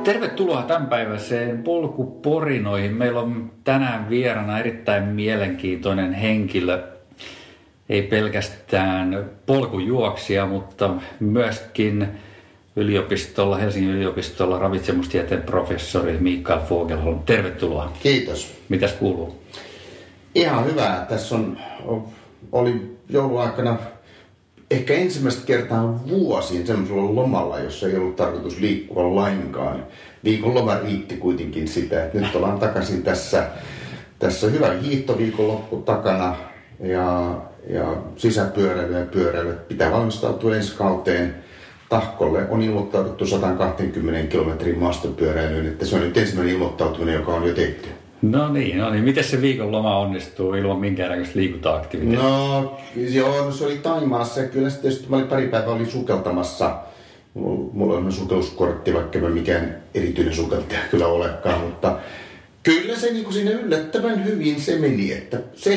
Tervetuloa tämänpäiväiseen polkuporinoihin. Meillä on tänään vieraana erittäin mielenkiintoinen henkilö. Ei pelkästään polkujuoksija, mutta myöskin Helsingin yliopistolla ravitsemustieteen professori Mikael Fogelholm. Tervetuloa. Kiitos. Mitäs kuuluu? Ihan hyvä. Tässä oli jouluaikana ehkä ensimmäistä kertaa vuosiin semmoisella lomalla, jossa ei ollut tarkoitus liikkua lainkaan. Viikon loma riitti kuitenkin sitä, että nyt ollaan takaisin tässä hyvä hiihtoviikonloppu takana ja sisäpyöräily ja pyöräily. Pitää valmistautua ensi kauteen. Tahkolle on ilmoittauduttu 120 kilometrin maastopyöräilyyn, että se on nyt ensimmäinen ilmoittautuminen, joka on jo tehty. No niin. Miten se viikonloma onnistuu ilman minkäännäköistä liikunta-aktiviteettia? No se oli Thaimaassa ja kyllä sitten mä olin pari päivää sukeltamassa. Mulla on sukelluskortti, vaikka mä mikään erityinen sukeltaja kyllä olekaan, mutta kyllä se niin kuin siinä yllättävän hyvin se meni, että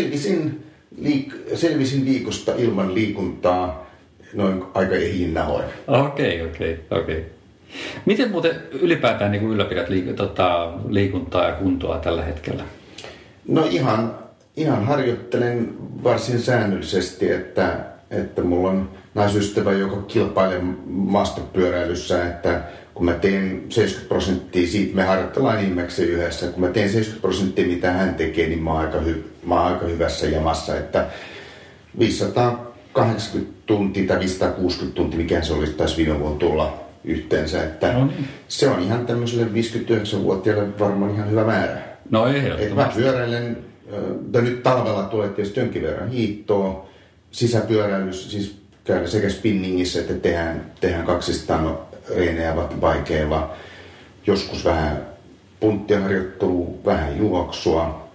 selvisin viikosta ilman liikuntaa noin aika ehjin nahoin. Okei. Miten muuten ylipäätään niin ylläpidät liikuntaa ja kuntoa tällä hetkellä? No ihan harjoittelen varsin säännöllisesti, että mulla on naisystävä, joka kilpailee maastopyöräilyssä, että kun mä teen 70%, siitä me harjoitellaan enimmäkseen yhdessä, kun mä teen 70% mitä hän tekee, niin mä oon aika hyvässä jamassa, että 580 tuntia tai 560 tuntia, mikä se olisi taas viime vuonna tulla yhteensä, että se on ihan tämmöiselle 59-vuotiaalle varmaan ihan hyvä määrä. No ehdottomasti. Että mä pyöräilen, nyt talvella tulee tietysti jonkin verran hiihtoa, sisäpyöräilyssä, siis käydään sekä spinningissä, että tehdään 200 reenejä vaikeilla, joskus vähän punttiharjoittelua, vähän juoksua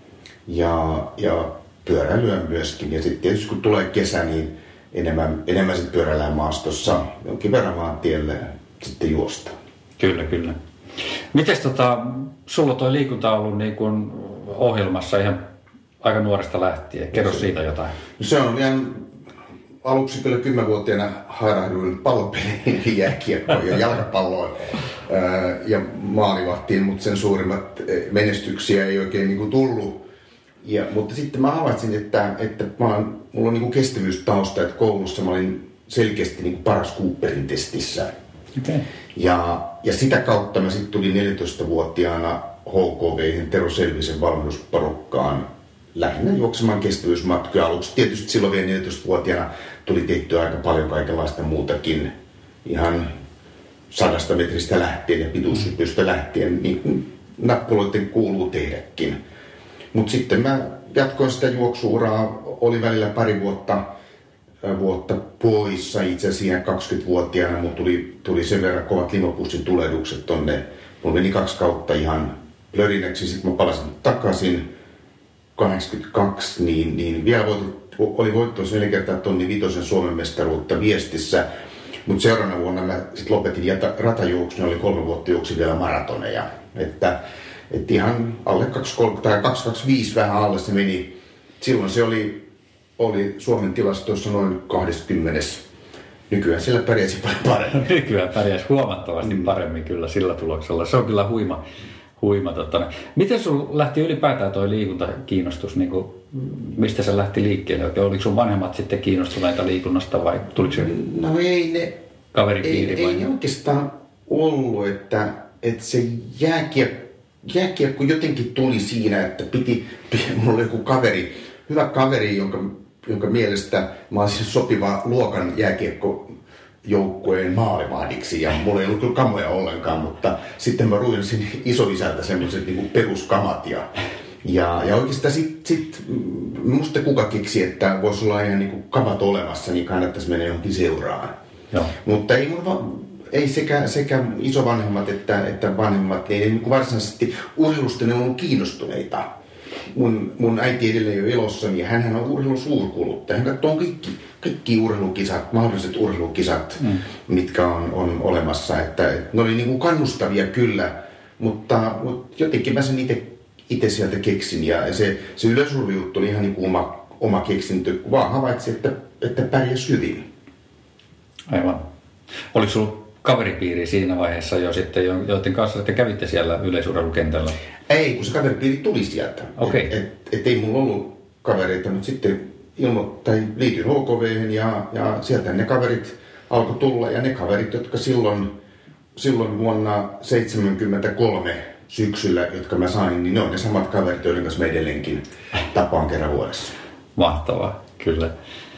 ja pyöräilyä myöskin. Ja sitten tietysti kun tulee kesä, niin enemmän sitten pyöräillään maastossa, jonkin verran vaan tielle sitten juosta. Kyllä. Mites sulla toi liikunta on ollut niin kuin ohjelmassa ihan aika nuoresta lähtien? Kerro siitä jotain. Se on ihan aluksi kyllä 10-vuotiaana hairahduin pallopeleihin, jääkiekkoon ja jalkapalloon ja maalivahtiin, mutta sen suurimmat menestyksiä ei oikein niin kuin tullut. Mutta sitten mä havaitsin, että mulla on niin kuin kestävyystausta, että koulussa mä olin selkeästi niin kuin paras Cooperin testissä. Okay. Ja sitä kautta mä sitten tulin 14-vuotiaana HKV:hen Tero Selvisen valmennusporukkaan lähinnä juoksemaan kestävyysmatkoja aluksi. Tietysti silloin vielä 14-vuotiaana tuli tehtyä aika paljon kaikenlaista muutakin. Ihan 100 metristä lähtien ja pituushypystä lähtien, niin kuin nappuloiden kuuluu tehdäkin. Mutta sitten mä jatkoin sitä juoksuuraa, oli välillä pari vuotta poissa itse asiassa 20-vuotiaana, mutta tuli sen verran kovat limopussin tulehdukset tonne. Mulla meni 2 kautta ihan plörinäksi, sitten mä palasin takaisin 82, niin vielä oli voittoissa 4 kertaa tonni 5 Suomen mestaruutta Viestissä, mutta seuraavana vuonna mä sitten lopetin ratajuoksun, oli 3 vuotta juoksin vielä maratoneja, että ihan alle 2.30 tai 2.25 vähän alle se meni. Silloin se oli Suomen tilastoissa noin 20. Nykyään siellä pärjäsi paljon paremmin. Nykyään pärjäsi huomattavasti paremmin kyllä sillä tuloksella. Se on kyllä huima. Miten sun lähti ylipäätään toi liikuntakiinnostus? Niin kuin, mistä se lähti liikkeelle? Oliko sun vanhemmat sitten kiinnostuneita liikunnasta vai tuliko se kaveripiiri? Ei ne oikeastaan ollut, että se jääkiekko jotenkin tuli siinä, että mulla oli joku hyvä kaveri, jonka mielestä mä olisin sopiva luokan jääkiekkojoukkueen maalivahdiksi ja mulla ei ollut kyllä kamoja ollenkaan, mutta sitten mä ruinsin isoisältä semmoiset niinku peruskamat ja oikeastaan sit musta kuka keksi, että voisi olla ihan niinku kamat olemassa, niin kannattaisi mennä johonkin seuraan. Joo. Mutta ei sekä isovanhemmat että vanhemmat, niin ei niin varsinaisesti urheilusta ne on ollut kiinnostuneita. Mun äiti edelleen jo elossa, niin hänhän on urheilun suurkuluttaja. Hän katsoo kaikki urheilukisat, mahdolliset urheilukisat, mitkä on olemassa. Että ne oli niin kuin kannustavia kyllä, mutta jotenkin mä sen itse sieltä keksin. Ja se yleisurheilujuttu oli ihan niin kuin oma keksintö, vaan havaitsi, että pärjäs hyvin. Aivan. Oliko sulla kaveripiiri siinä vaiheessa jo sitten, joiden kanssa te kävitte siellä yleisurheilukentällä? Ei, kun se kaveripiiri tuli sieltä. Okay. Et ei mulla ollut kavereita, mutta sitten liityin HKV:hen ja sieltä ne kaverit alkoi tulla. Ja ne kaverit, jotka silloin vuonna 1973 syksyllä, jotka mä sain, niin ne on ne samat kaverit, joiden kanssa mä edelleenkin tapaan kerran vuodessa. Mahtavaa, kyllä.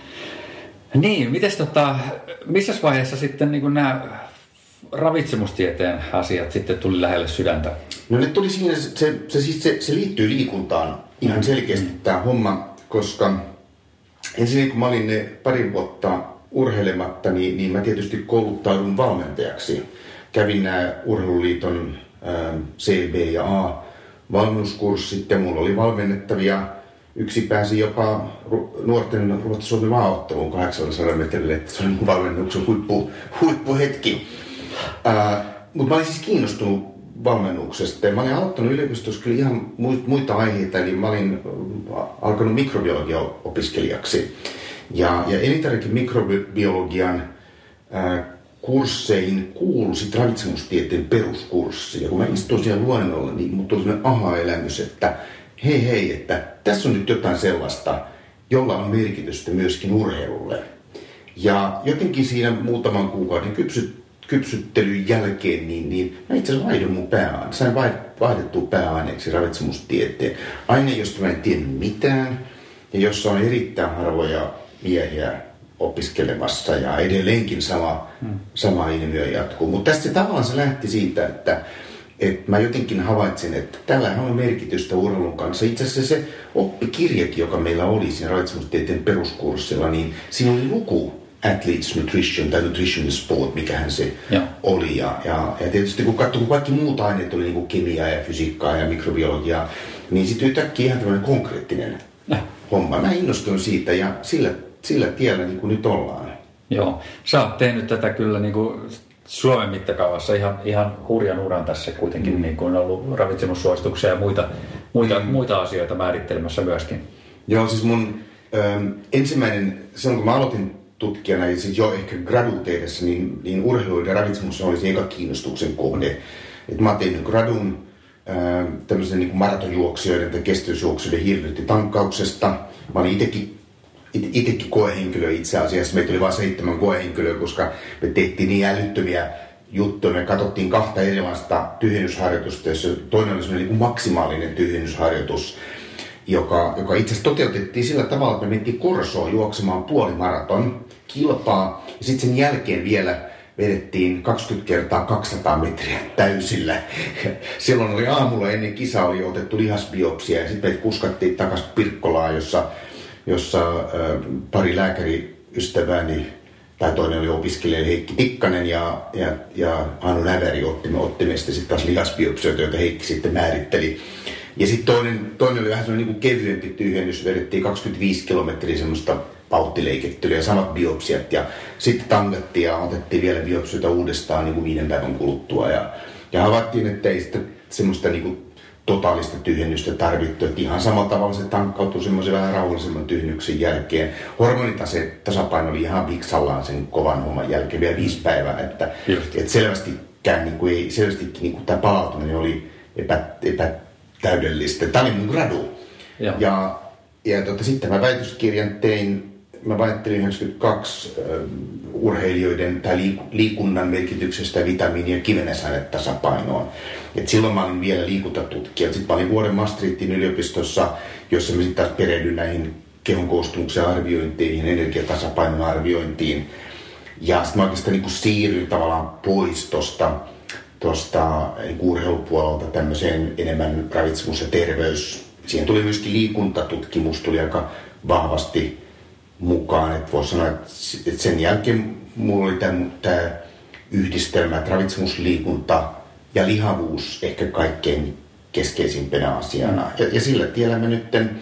Niin, missä vaiheessa sitten niin nämä ravitsemustieteen asiat sitten tuli lähelle sydäntä? No ne tuli siinä, se liittyy liikuntaan ihan selkeästi tämä homma, koska ensin kun mä olin ne pari vuotta urheilematta, niin mä tietysti kouluttaudun valmentajaksi. Kävin nämä Urheiluliiton CB ja A valmennuskurssit ja mulla oli valmennettavia. Yksi pääsi jopa nuorten Ruotsi-Suomen maaotteluun 800 metrille, että se oli mun valmennuksen huippuhetki. Mutta mä olin siis kiinnostunut valmennuksesta ja mä olin aloittanut yliopistossa kyllä ihan muita aiheita, eli mä olin alkanut mikrobiologia-opiskelijaksi. Ja elintarvikemikrobiologian kursseihin kuului sitten ravitsemustieteen peruskurssi. Ja kun mä istuin siellä luennolla, niin mut tuli sellainen aha-elämys, että hei, että tässä on nyt jotain sellaista, jolla on merkitystä myöskin urheilulle. Ja jotenkin siinä muutaman kuukauden kypsyttelyn jälkeen, niin mä itse asiassa vaihdoin mun pääaine. Sain vaihdettua pääaineeksi ravitsemustieteen. Aine, josta mä en tiedä mitään, ja jossa on erittäin harvoja miehiä opiskelemassa, ja edelleenkin sama ilmiö jatkuu. Mutta tästä tavallaan se lähti siitä, että mä jotenkin havaitsin, että tällähän on merkitystä urheilun kanssa. Itse asiassa se oppikirjakin, joka meillä oli siinä ravitsemustieteen peruskurssilla, niin siinä oli luku Athletes Nutrition tai Nutrition and Sport, mikähän se oli. Ja tietysti kun katsoi, kun kaikki muut aineet oli niin kuin kemiaa ja fysiikkaa ja mikrobiologiaa, niin sitten yhtäkkiä ihan tämmöinen konkreettinen homma. Mä innostuin siitä ja sillä tiellä niin kuin nyt ollaan. Joo, sä oot tehnyt tätä kyllä niin kuin Suomen mittakaavassa ihan hurjan uran tässä kuitenkin, niin kuin on ollut ravitsemussuosituksia ja muita asioita määrittelemässä myöskin. Joo, siis mun ensimmäinen, silloin kun mä aloitin tutkijana ja siis jo ehkä graduteidessä, niin urheilu ja ravitsemus oli se eka kiinnostuksen kohde. Et mä tein gradun tämmöisen niin kuin maratonjuoksijoiden tai kestävyysjuoksijoiden hirveyttitankkauksesta. Mä olin itsekin koehenkilö itse asiassa. Meitä oli vain 7 koehenkilöä, koska me tehtiin niin älyttömiä juttuja. Me katsottiin 2 erilaista tyhjennysharjoitusta, jossa toinen oli semmoinen niin kuin maksimaalinen tyhjennysharjoitus, joka itse asiassa toteutettiin sillä tavalla, että me mentiin Korsoon juoksemaan puolimaraton kilpaa. Ja sitten sen jälkeen vielä vedettiin 20 kertaa 200 metriä täysillä. Silloin oli aamulla ennen kisaa oli otettu lihasbiopsia ja sitten meitä kuskattiin takaisin Pirkkolaan, jossa pari lääkäriystävääni, tai toinen oli opiskelija Heikki Tikkanen ja Anu Näväri otti meistä sitten taas lihasbiopsioita, joita Heikki sitten määritteli. Ja sitten toinen oli vähän sellainen niin kuin kevyempi tyhjennys, vedettiin 25 kilometriä semmoista pauttileikettelyä ja samat biopsiat. Ja sitten tangattiin ja otettiin vielä biopsioita uudestaan niin kuin 5 päivän kuluttua. Ja havaittiin, että ei sitten semmoista niin kuin totaalista tyhjennystä tarvittu. Että ihan samalla tavalla se tankkautui semmoisen vähän rauhallisemman tyhjennyksen jälkeen. Hormonitasapaino oli ihan viksallaan sen kovan homman jälkeen vielä 5 päivää. Että selvästikin niin kuin tämä palautuminen oli epätäydellistä. Tämä oli mun gradu. Ja sitten mä väitöskirjan tein. Mä väittelin 92 urheilijoiden tai liikunnan merkityksestä vitamiini- ja kivenäisainetasapainoon. Et silloin mä olin vielä liikuntatutkija. Sitten mä olin vuoden Maastrichtin yliopistossa, jossa mä sitten taas perehdyin näihin kehon koostumuksen arviointeihin, energiatasapainon arviointiin. Ja sitten mä oikeastaan niin kuin siirryin tavallaan pois tuosta niin urheilupuolelta tämmöiseen enemmän ravitsemus ja terveys. Siihen tuli myöskin liikuntatutkimus, tuli aika vahvasti mukaan. Että voisi sanoa, että sen jälkeen mulla oli tämä yhdistelmä, että ravitsemusliikunta ja lihavuus ehkä kaikkein keskeisimpänä asiana. Ja sillä tiellä mä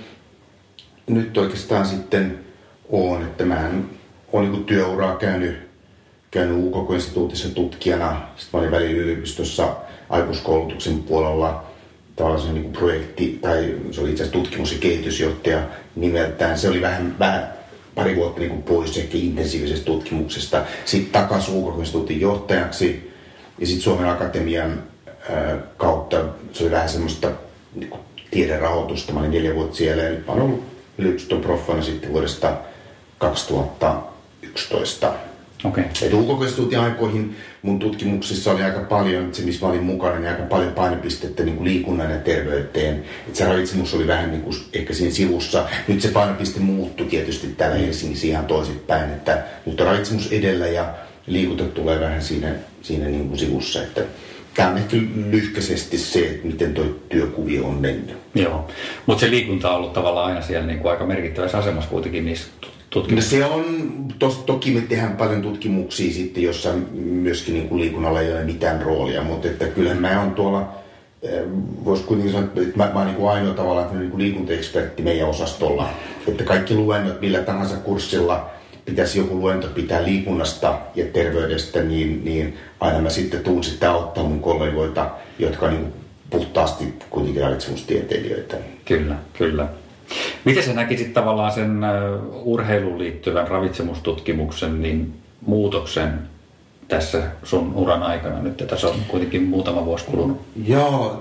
nyt oikeastaan sitten oon, että mä oon niin työuraa käynyt UKK-instituutissa tutkijana. Sitten mä olin välillä yliopistossa aikuiskoulutuksen puolella tavallaan se niin projekti, tai se oli itse asiassa tutkimus- ja kehitysjohtaja nimeltään. Se oli vähän pari vuotta niin kuin pois ehkä intensiivisestä tutkimuksesta. Sitten takaisin ulkoministeriön johtajaksi ja sitten Suomen Akatemian kautta se oli vähän semmoista niin kuin tiederahoitusta. Mä olin 4 vuotta siellä ja nyt mä olen ollut yliopiston proffana sitten vuodesta 2011. Okay. Ulkoministeriön aikoihin mun tutkimuksissa oli aika paljon, se missä mä olin mukana, niin aika paljon painopistettä niin kuin liikunnan ja terveyteen. Se ravitsemus oli vähän niin kuin ehkä siinä sivussa. Nyt se painopiste muuttui tietysti täällä Helsingissä ihan toisinpäin, että nyt on ravitsemus edellä ja liikunta tulee vähän siinä niin kuin sivussa. Että tämä on ehkä lyhkäisesti se, että miten tuo työkuvio on mennyt. Joo, mutta se liikunta on ollut tavallaan aina siellä niin kuin aika merkittävässä asemassa kuitenkin niissä tutkimuksissa. No se on, toki me tehdään paljon tutkimuksia sitten, jossa myöskin niin kuin liikunnalla ei ole mitään roolia, mutta että kyllähän mä oon tuolla, voisi kuitenkin sanoa, että mä oon niin kuin ainoa tavallaan niin kuin liikuntaekspertti meidän osastolla, että kaikki luennot millä tahansa kurssilla pitäisi joku luento pitää liikunnasta ja terveydestä, niin aina mä sitten tuun sitten auttaa mun kollegoita, jotka on niin kuin puhtaasti kuitenkin ravitsemustieteilijöitä. Kyllä. Miten sä näkisit tavallaan sen urheiluun liittyvän ravitsemustutkimuksen niin muutoksen tässä sun uran aikana nyt? Tässä on kuitenkin muutama vuosi kulunut. Joo,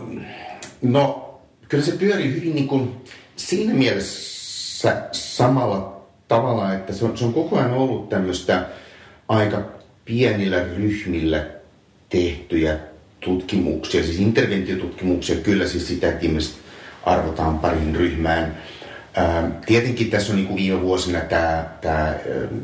no kyllä se pyörii hyvin niin kuin siinä mielessä samalla tavalla, että se on koko ajan ollut tämmöistä aika pienillä ryhmillä tehtyjä tutkimuksia, siis interventiotutkimuksia, kyllä siis sitä, että ihmiset arvotaan parin ryhmään. Tietenkin tässä on niin kuin viime vuosina tämä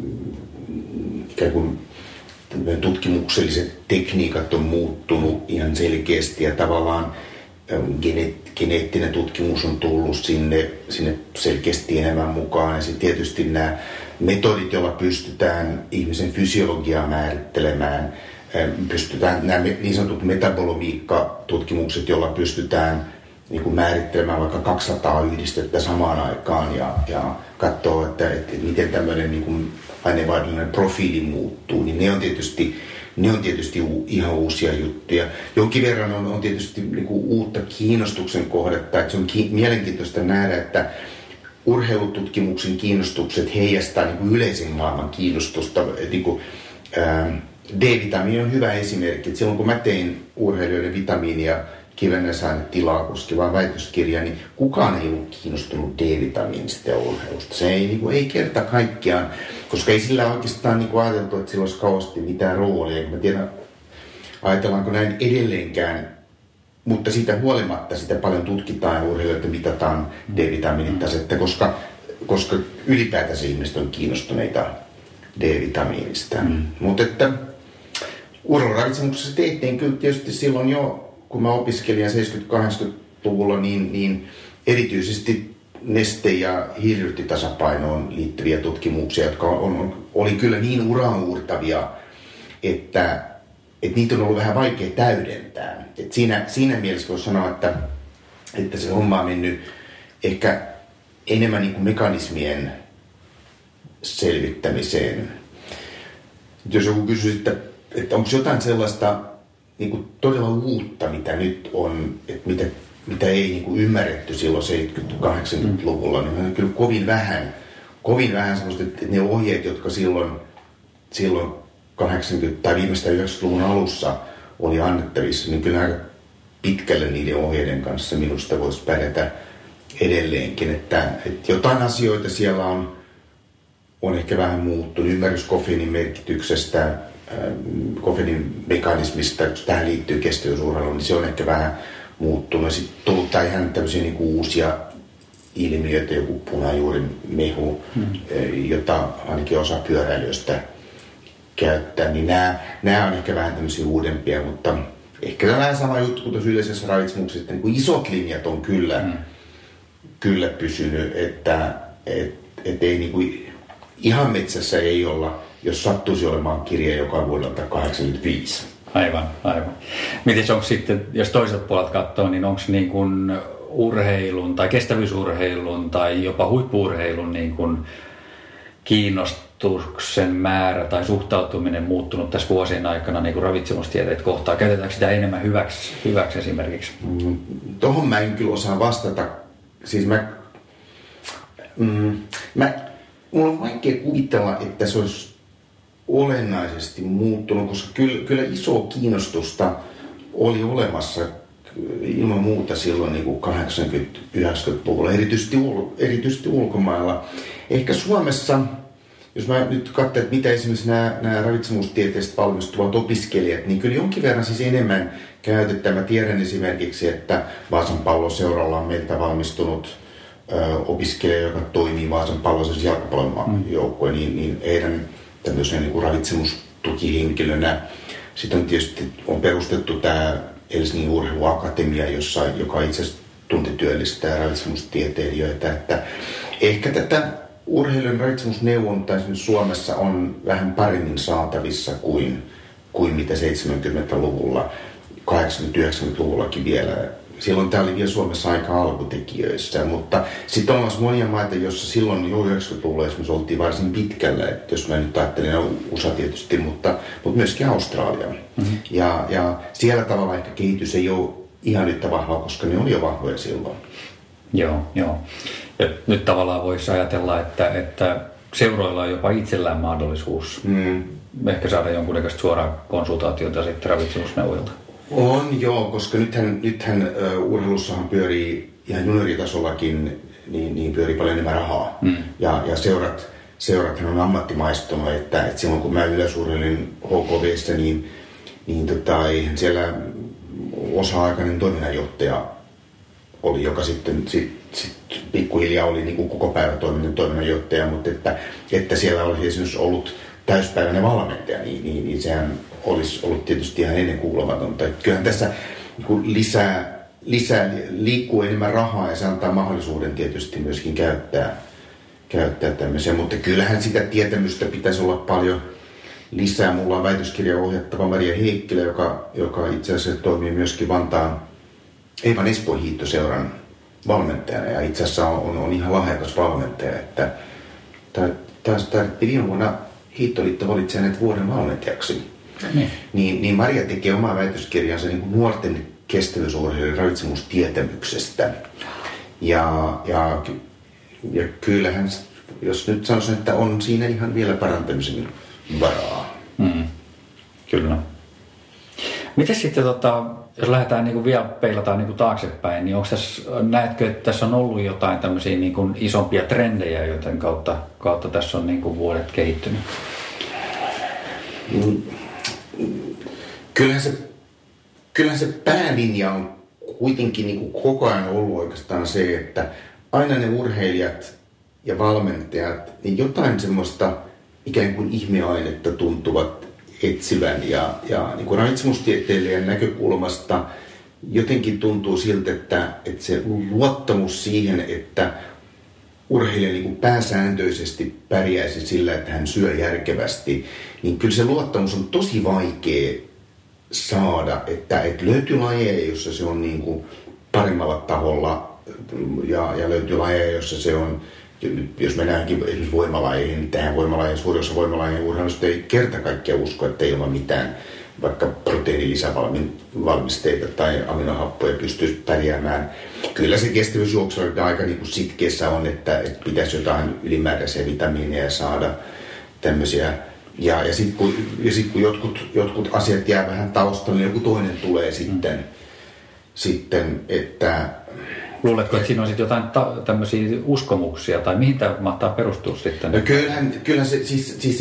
ikään kuin tutkimukselliset tekniikat on muuttunut ihan selkeästi ja tavallaan geneettinen tutkimus on tullut sinne selkeästi enemmän mukaan. Ja sitten tietysti nämä metodit, joilla pystytään ihmisen fysiologiaa määrittelemään, pystytään nämä niin sanotut metabolomiikkatutkimukset, joilla pystytään niin kuin määrittelemään vaikka 200 yhdistettä samaan aikaan ja katsoa, että miten tämmöinen niin kuin aineenvaihdollinen profiili muuttuu, niin ne on tietysti ihan uusia juttuja. Jonkin verran on tietysti niin kuin uutta kiinnostuksen kohdetta, että se on mielenkiintoista nähdä, että urheilututkimuksen kiinnostukset heijastaa niin kuin yleisen maailman kiinnostusta. Niin kuin, D-vitamiini on hyvä esimerkki. Silloin kun mä tein urheilijoiden vitamiinia kivennäisainetilaa koskevaa väitöskirjaa, niin kukaan ei ollut kiinnostunut D-vitamiinista ja urheilusta. Se ei kerta kaikkiaan, koska ei sillä oikeastaan niin kuin ajateltu, että sillä olisi kauheasti mitään roolia. Mä tiedän, ajatellaanko näin edelleenkään, mutta siitä huolimatta sitä paljon tutkitaan ja urheilijoita mitataan D-vitamiinin tasetta, koska ylipäätänsä ihmiset on kiinnostuneita D-vitamiinista. Mutta että urheiluravitsemuksessa tehtiin kyllä tietysti silloin jo, kun mä opiskelin 70-80-luvulla, niin erityisesti neste- ja hiilidioksiditasapainoon liittyviä tutkimuksia, jotka oli kyllä niin uraauurtavia, että niitä on ollut vähän vaikea täydentää. Et siinä mielessä voi sanoa, että se homma on mennyt ehkä enemmän niin kuin mekanismien selvittämiseen. Jos joku kysyisi, että onko jotain sellaista niin kuin todella uutta, mitä nyt on, että mitä ei niin kuin ymmärretty silloin 70-80-luvulla, niin on kyllä kovin vähän semmoista, että ne ohjeet, jotka silloin 80- tai viimeistään 90-luvun alussa oli annettavissa, niin kyllä aika pitkälle niiden ohjeiden kanssa minusta voisi pärjätä edelleenkin, että jotain asioita siellä on ehkä vähän muuttunut. Ymmärrys kofeiinin merkityksestä, kofeiinin mekanismista, kun tähän liittyy kestävyysurheiluun, niin se on ehkä vähän muuttunut. Sitten tullut ihan tämmöisiä niin kuin uusia ilmiöitä, joku punajuurin mehu, jota ainakin osa pyöräilijöistä käyttää, niin nämä on ehkä vähän tämmöisiä uudempia, mutta ehkä tämä on vähän sama juttu kuin tuossa yleisessä ravitsemuksessa, että niin kuin isot linjat on kyllä pysynyt, että ei niin kuin, ihan metsässä ei olla, jos sattuisi olemaan kirja joka vuodelta 85. Aivan. Miten onko sitten, jos toiselta puolelta katsoo, niin onko niin kuin urheilun tai kestävyysurheilun tai jopa huippu-urheilun niin kuin kiinnostuksen määrä tai suhtautuminen muuttunut tässä vuosien aikana niin kuin ravitsemustieteet kohtaan? Käytetäänkö sitä enemmän hyväksi esimerkiksi? Tuohon mä en kyllä osaa vastata. Siis mulla on vaikea kuvitella, että se olisi olennaisesti muuttunut, koska kyllä isoa kiinnostusta oli olemassa ilman muuta silloin niin kuin 80-90-luvulla, erityisesti ulkomailla. Ehkä Suomessa, jos mä nyt katson, että mitä esimerkiksi nämä ravitsemustieteestä valmistuvat opiskelijat, niin kyllä jonkin verran siis enemmän käytetään. Mä tiedän esimerkiksi, että Vaasan Palloseuralla on meiltä valmistunut opiskelija, joka toimii Vaasan Palloseurassa jalkapallon joukkoja, niin heidän tämmöisen niin kuin ravitsemustukihenkilönä. Sitten on tietysti perustettu tämä Helsingin urheiluakatemia, joka itse asiassa tuntityöllistää ravitsemustieteilijöitä. Että ehkä tätä urheilun ravitsemusneuvontaa esimerkiksi Suomessa on vähän saatavissa kuin mitä 70-luvulla, 80-90-luvullakin vielä. Silloin tämä oli vielä Suomessa aika alkutekijöissä, mutta sitten on myös monia maita, joissa silloin jo 90-luvulla esimerkiksi oltiin varsin pitkällä, että jos mä nyt ajattelin, USA tietysti, mutta myöskin Australia. Mm-hmm. Ja siellä tavalla ehkä kehitys ei ole ihan yhtä vahvaa, koska ne oli jo vahvoja silloin. Joo. Ja nyt tavallaan voisi ajatella, että seuroilla on jopa itsellään mahdollisuus ehkä saada jonkunnäköistä suoraa konsultaatiota sitten ravitsemusneuvojilta. On joo, koska nythän urheilussahan pyörii ihan junioritasollakin, niin pyörii paljon enemmän rahaa. Ja seurathan on ammattimaistunut, että silloin kun mä yleisurheilin HKV:ssä, niin eihän siellä osa-aikainen toiminnanjohtaja oli, joka sitten pikkuhiljaa oli niin kuin koko päivä toiminnanjohtaja, mutta että siellä olisi esimerkiksi ollut täyspäiväinen valmentaja, niin sehän olisi ollut tietysti ihan ennenkuulumatonta. Kyllähän tässä niin lisää liikkuu enemmän rahaa ja se antaa mahdollisuuden tietysti myöskin käyttää tämmöisiä, mutta kyllähän sitä tietämystä pitäisi olla paljon lisää. Mulla on väitöskirja ohjattava Maria Heikkilä, joka itse asiassa toimii myöskin Espoon hiihtoseuran valmentajana ja itse asiassa on ihan lahjakas valmentaja, että viime vuonna Hiihtoliitto valitsee hänet vuoden valmentajaksi. Niin Maria tekee omaa väitöskirjansa niin kuin nuorten kestävyysurheilijoiden ravitsemustietämyksestä. Ja kyllähän, jos nyt sanoisin, että on siinä ihan vielä parantamisen varaa. Kyllä. Miten sitten, jos lähdetään niin kuin vielä peilataan niin kuin taaksepäin, niin näetkö, että tässä on ollut jotain tämmöisiä niin kuin isompia trendejä, joten kautta tässä on niin kuin vuodet kehittynyt? Kyllähän se päälinja on kuitenkin niin kuin koko ajan ollut oikeastaan se, että aina ne urheilijat ja valmentajat, niin jotain semmoista ikään kuin ihmeainetta tuntuvat etsivän ja niin kuin ravitsemustieteilijän näkökulmasta jotenkin tuntuu siltä, että se luottamus siihen, että urheilija niin kuin pääsääntöisesti pärjäisi sillä, että hän syö järkevästi, niin kyllä se luottamus on tosi vaikea saada, että löytyy lajeja, jossa se on niin kuin paremmalla taholla ja löytyy lajeja, jossa se on, jos mennäänkin esimerkiksi voimalajeihin, niin tähän voimalajeihin, suurin osa voimalajien urheilusta ei kerta kaikkiaan usko, että ilman mitään vaikka proteiinilisävalmisteita tai aminohappoja pystyisi pärjäämään. Kyllä se kestävyysjuoksu aika niin kuin sitkeässä on, että pitäisi jotain ylimääräisiä vitamiineja saada tämmöisiä. Ja sitten kun jotkut asiat jää vähän taustalle, niin joku toinen tulee sitten että... Luuletko, että siinä on sitten jotain tämmöisiä uskomuksia, tai mihin tämä mahtaa perustua sitten? No kyllähän se, siis se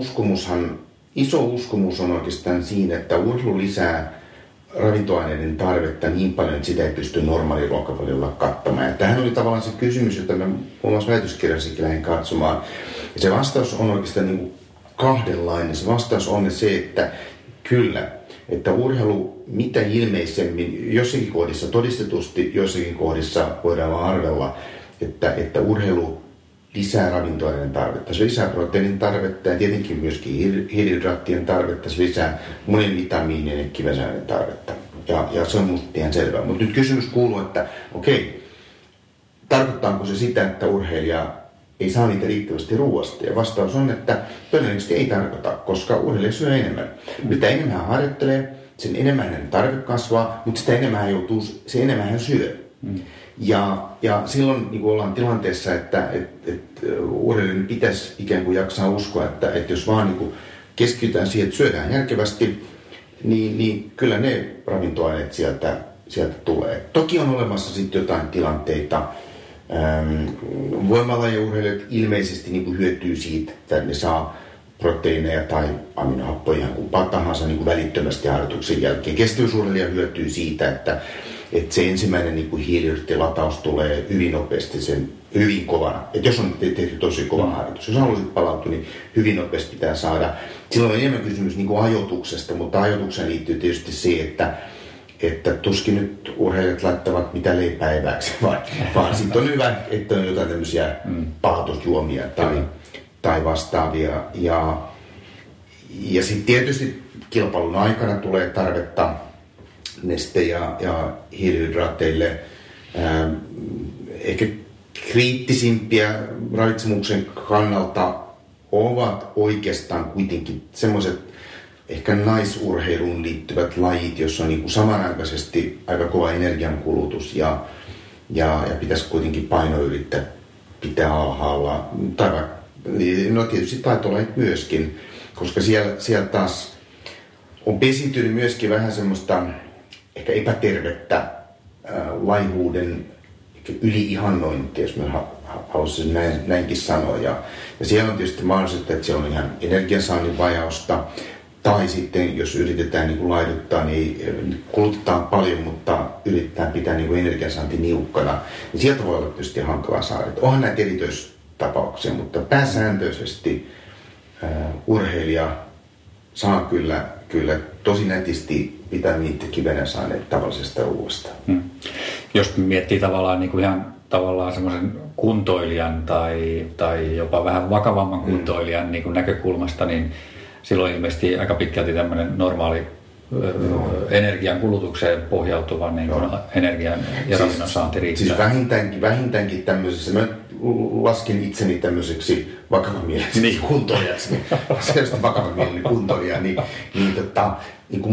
iso uskomus on oikeastaan siinä, että urheilu lisää ravintoaineiden tarvetta niin paljon, että sitä ei pysty normaaliruokavaliolla kattamaan. Ja tämähän oli tavallaan se kysymys, jota mä omassa väitöskirjassakin lähdin katsomaan. Ja se vastaus on oikeastaan niin kuin kahdenlainen. Se vastaus on se, että kyllä, että urheilu mitä ilmeisemmin, jossakin kohdissa todistetusti, jossakin kohdissa voidaan arvella, että urheilu lisää ravintoaineiden tarvetta, se lisää proteiinin tarvetta ja tietenkin myöskin hiilihydraattien tarvetta, se lisää monien vitamiinien ja kivensaineiden tarvetta. Ja se on musta ihan selvää. Mutta nyt kysymys kuuluu, että okei, tarkoittaako se sitä, että urheilija ei saa niitä riittävästi ruoasta? Ja vastaus on, että todennäköisesti ei tarkoita, koska urheilija syö enemmän. Mitä enemmän hän harjoittelee, sen enemmän hänen tarve kasvaa, mutta sitä enemmän hän joutuu, se enemmän hän syö. Ja silloin niin ollaan tilanteessa, että urheilijoiden pitäisi ikään kuin jaksaa uskoa, että jos vaan niin keskitytään siihen, että syödään järkevästi, niin kyllä ne ravintoaineet sieltä tulee. Toki on olemassa sitten jotain tilanteita. Voimalajiurheilijat ilmeisesti niin kuin hyötyy siitä, että ne saa proteiineja tai aminohappoja ihan kumpaa tahansa niin kuin välittömästi harjoituksen jälkeen. Kestävyysurheilija hyötyy siitä, että se ensimmäinen niin kuin hiilihydraatilataus tulee hyvin nopeasti, hyvin kovana. Että jos on tehty tosi kova harjoitus, jos haluaisit palautua, niin hyvin nopeasti pitää saada. Silloin on enemmän kysymys niin kuin ajoituksesta, mutta ajoitukseen liittyy tietysti se, että tuskin nyt urheilijat laittavat mitä leipää evääksi, vaan sitten on hyvä, että on jotain tämmöisiä palautusjuomia tai vastaavia. Ja sitten tietysti kilpailun aikana tulee tarvetta neste- ja hiilihydraateille. Ehkä kriittisimpiä ravitsemuksen kannalta ovat oikeastaan kuitenkin semmoiset ehkä naisurheiluun liittyvät lajit, jossa on niin kuin samanaikaisesti aika kova energiankulutus ja pitäisi kuitenkin paino yrittää pitää alhaalla. No tietysti taitolajit myöskin, koska siellä taas on pesiytynyt myöskin vähän semmoista ehkä epätervettä laihuuden yliihannointia, jos mä haluaisin näinkin sanoa. Ja siellä on tietysti mahdollista, että siellä on ihan energiansaannin vajausta. Tai sitten, jos yritetään niin kuin laiduttaa, niin kulutetaan paljon, mutta yritetään pitää niin kuin energiansaanti niukkana. Niin sieltä voi olla tietysti hankalaa saada. Onhan näitä erityistapauksia, mutta pääsääntöisesti urheilija saa kyllä tosi nätisti vitamiinit ja kivenensaineet tavallisesta ruoasta. Jos miettii tavallaan niin kuin ihan tavallaan semmoisen kuntoilijan tai jopa vähän vakavamman kuntoilijan niin kuin näkökulmasta, niin silloin ilmeisesti aika pitkälti tämmöinen normaali energian kulutukseen pohjautuva niin kuin energian ja ravinnon saanti riittää. Siis vähintäänkin tämmöisessä, mä lasken itseni tämmöiseksi vakavamieliseksi kuntoilijaksi, sellaista vakavamielinen kuntoilija, niin kuin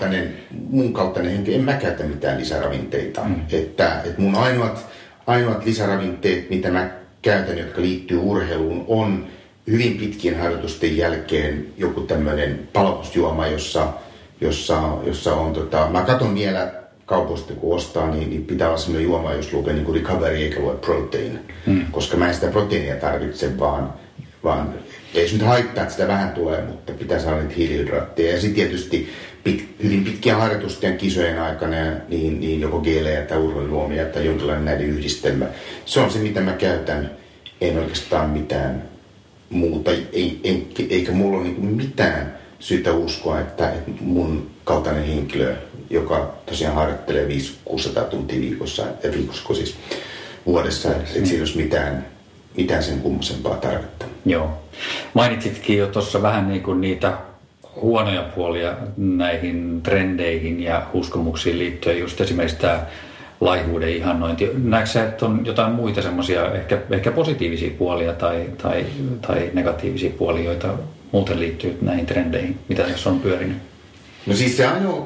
mun kaltainen henkilö, en mä käytä mitään lisäravinteita. Että mun ainoat lisäravinteet, mitä mä käytän, jotka liittyy urheiluun, on hyvin pitkien harjoitusten jälkeen joku tämmöinen palautusjuoma, jossa on mä katson vielä kaupoista kun ostaa, niin pitää olla semmoinen juoma, jos lukee niin kuin recovery eikä lue protein. Koska mä en sitä proteiinia tarvitse, vaan ei se nyt haittaa, että sitä vähän tulee, mutta pitää saada niitä hiilihydraatteja. Ja sitten tietysti hyvin pitkien harjoitusten kisojen aikana niin joko geelejä tai urheilujuomia tai jonkinlainen näiden yhdistelmä. Se on se, mitä mä käytän. En oikeastaan mitään muuta, eikä mulla ole niin mitään syytä uskoa, että mun kaltainen henkilö, joka tosiaan harjoittelee 500-600 tuntia viikossa siis vuodessa, että siinä olisi mitään sen kummosempaa tarvetta. Joo. Mainitsitkin jo tuossa vähän niin kuin niitä huonoja puolia näihin trendeihin ja uskomuksiin liittyen, just esimerkiksi tämä laihuuden ihannointi. Näetkö sä, että on jotain muita semmoisia ehkä positiivisia puolia tai negatiivisia puolia, joita muuten liittyy näihin trendeihin? Mitä tässä on pyörinyt? No siis se ainoa,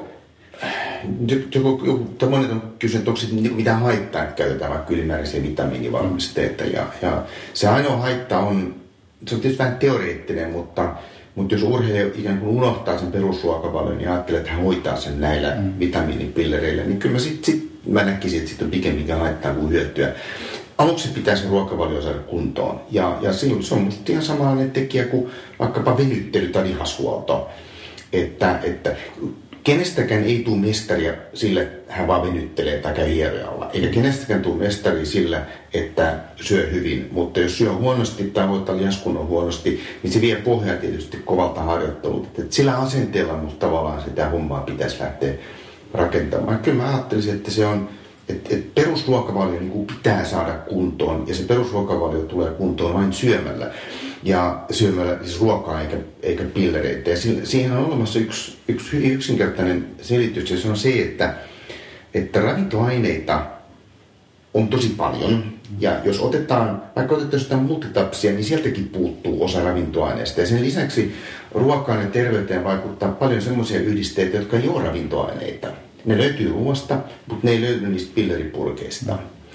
joku monet on kysynyt, onko se mitään haittaa, että käytetään vaikka ylimääräisiä vitamiinivalmisteita. Ja se ainoa haitta on, se on tietysti vähän teoreettinen, mutta jos urheilija ikään kuin unohtaa sen perusruokavalion ja ajattelee, että hän hoitaa sen näillä vitamiinipillereillä, niin kyllä mä näkisin, että siitä on pikemminkin haittaa kuin hyötyä. Aluksi pitää se ruokavalio saada kuntoon. Ja silloin se on musta ihan samanlainen tekijä kuin vaikkapa venyttely tai lihashuolto. Että kenestäkään ei tule mestaria sillä, että hän vaan venyttelee tai käy hierojalla. Eikä kenestäkään tule mestaria sillä, että syö hyvin. Mutta jos syö huonosti tai hoitaa lihaskunnon huonosti, niin se vie pohjaa tietysti kovalta harjoittelulta. Että sillä asenteella musta tavallaan sitä hommaa pitäisi lähteä rakentamaan. Kyllä mä ajattelisin, että se on, että perusruokavalio niin pitää saada kuntoon. Ja se perusruokavalio tulee kuntoon vain syömällä. Ja syömällä siis ruokaa eikä pillereitä. Ja siihen on olemassa yksi hyvin yksinkertainen selitys. Ja se on se, että ravintoaineita on tosi paljon. Ja jos vaikka otetaan sitä multitapsia, niin sieltäkin puuttuu osa ravintoaineista. Ja sen lisäksi ruokaan ja terveyteen vaikuttaa paljon semmoisia yhdisteitä, jotka ei ole ravintoaineita. Ne löytyy ruoasta, mutta ne ei löydy niistä pilleripurkeista.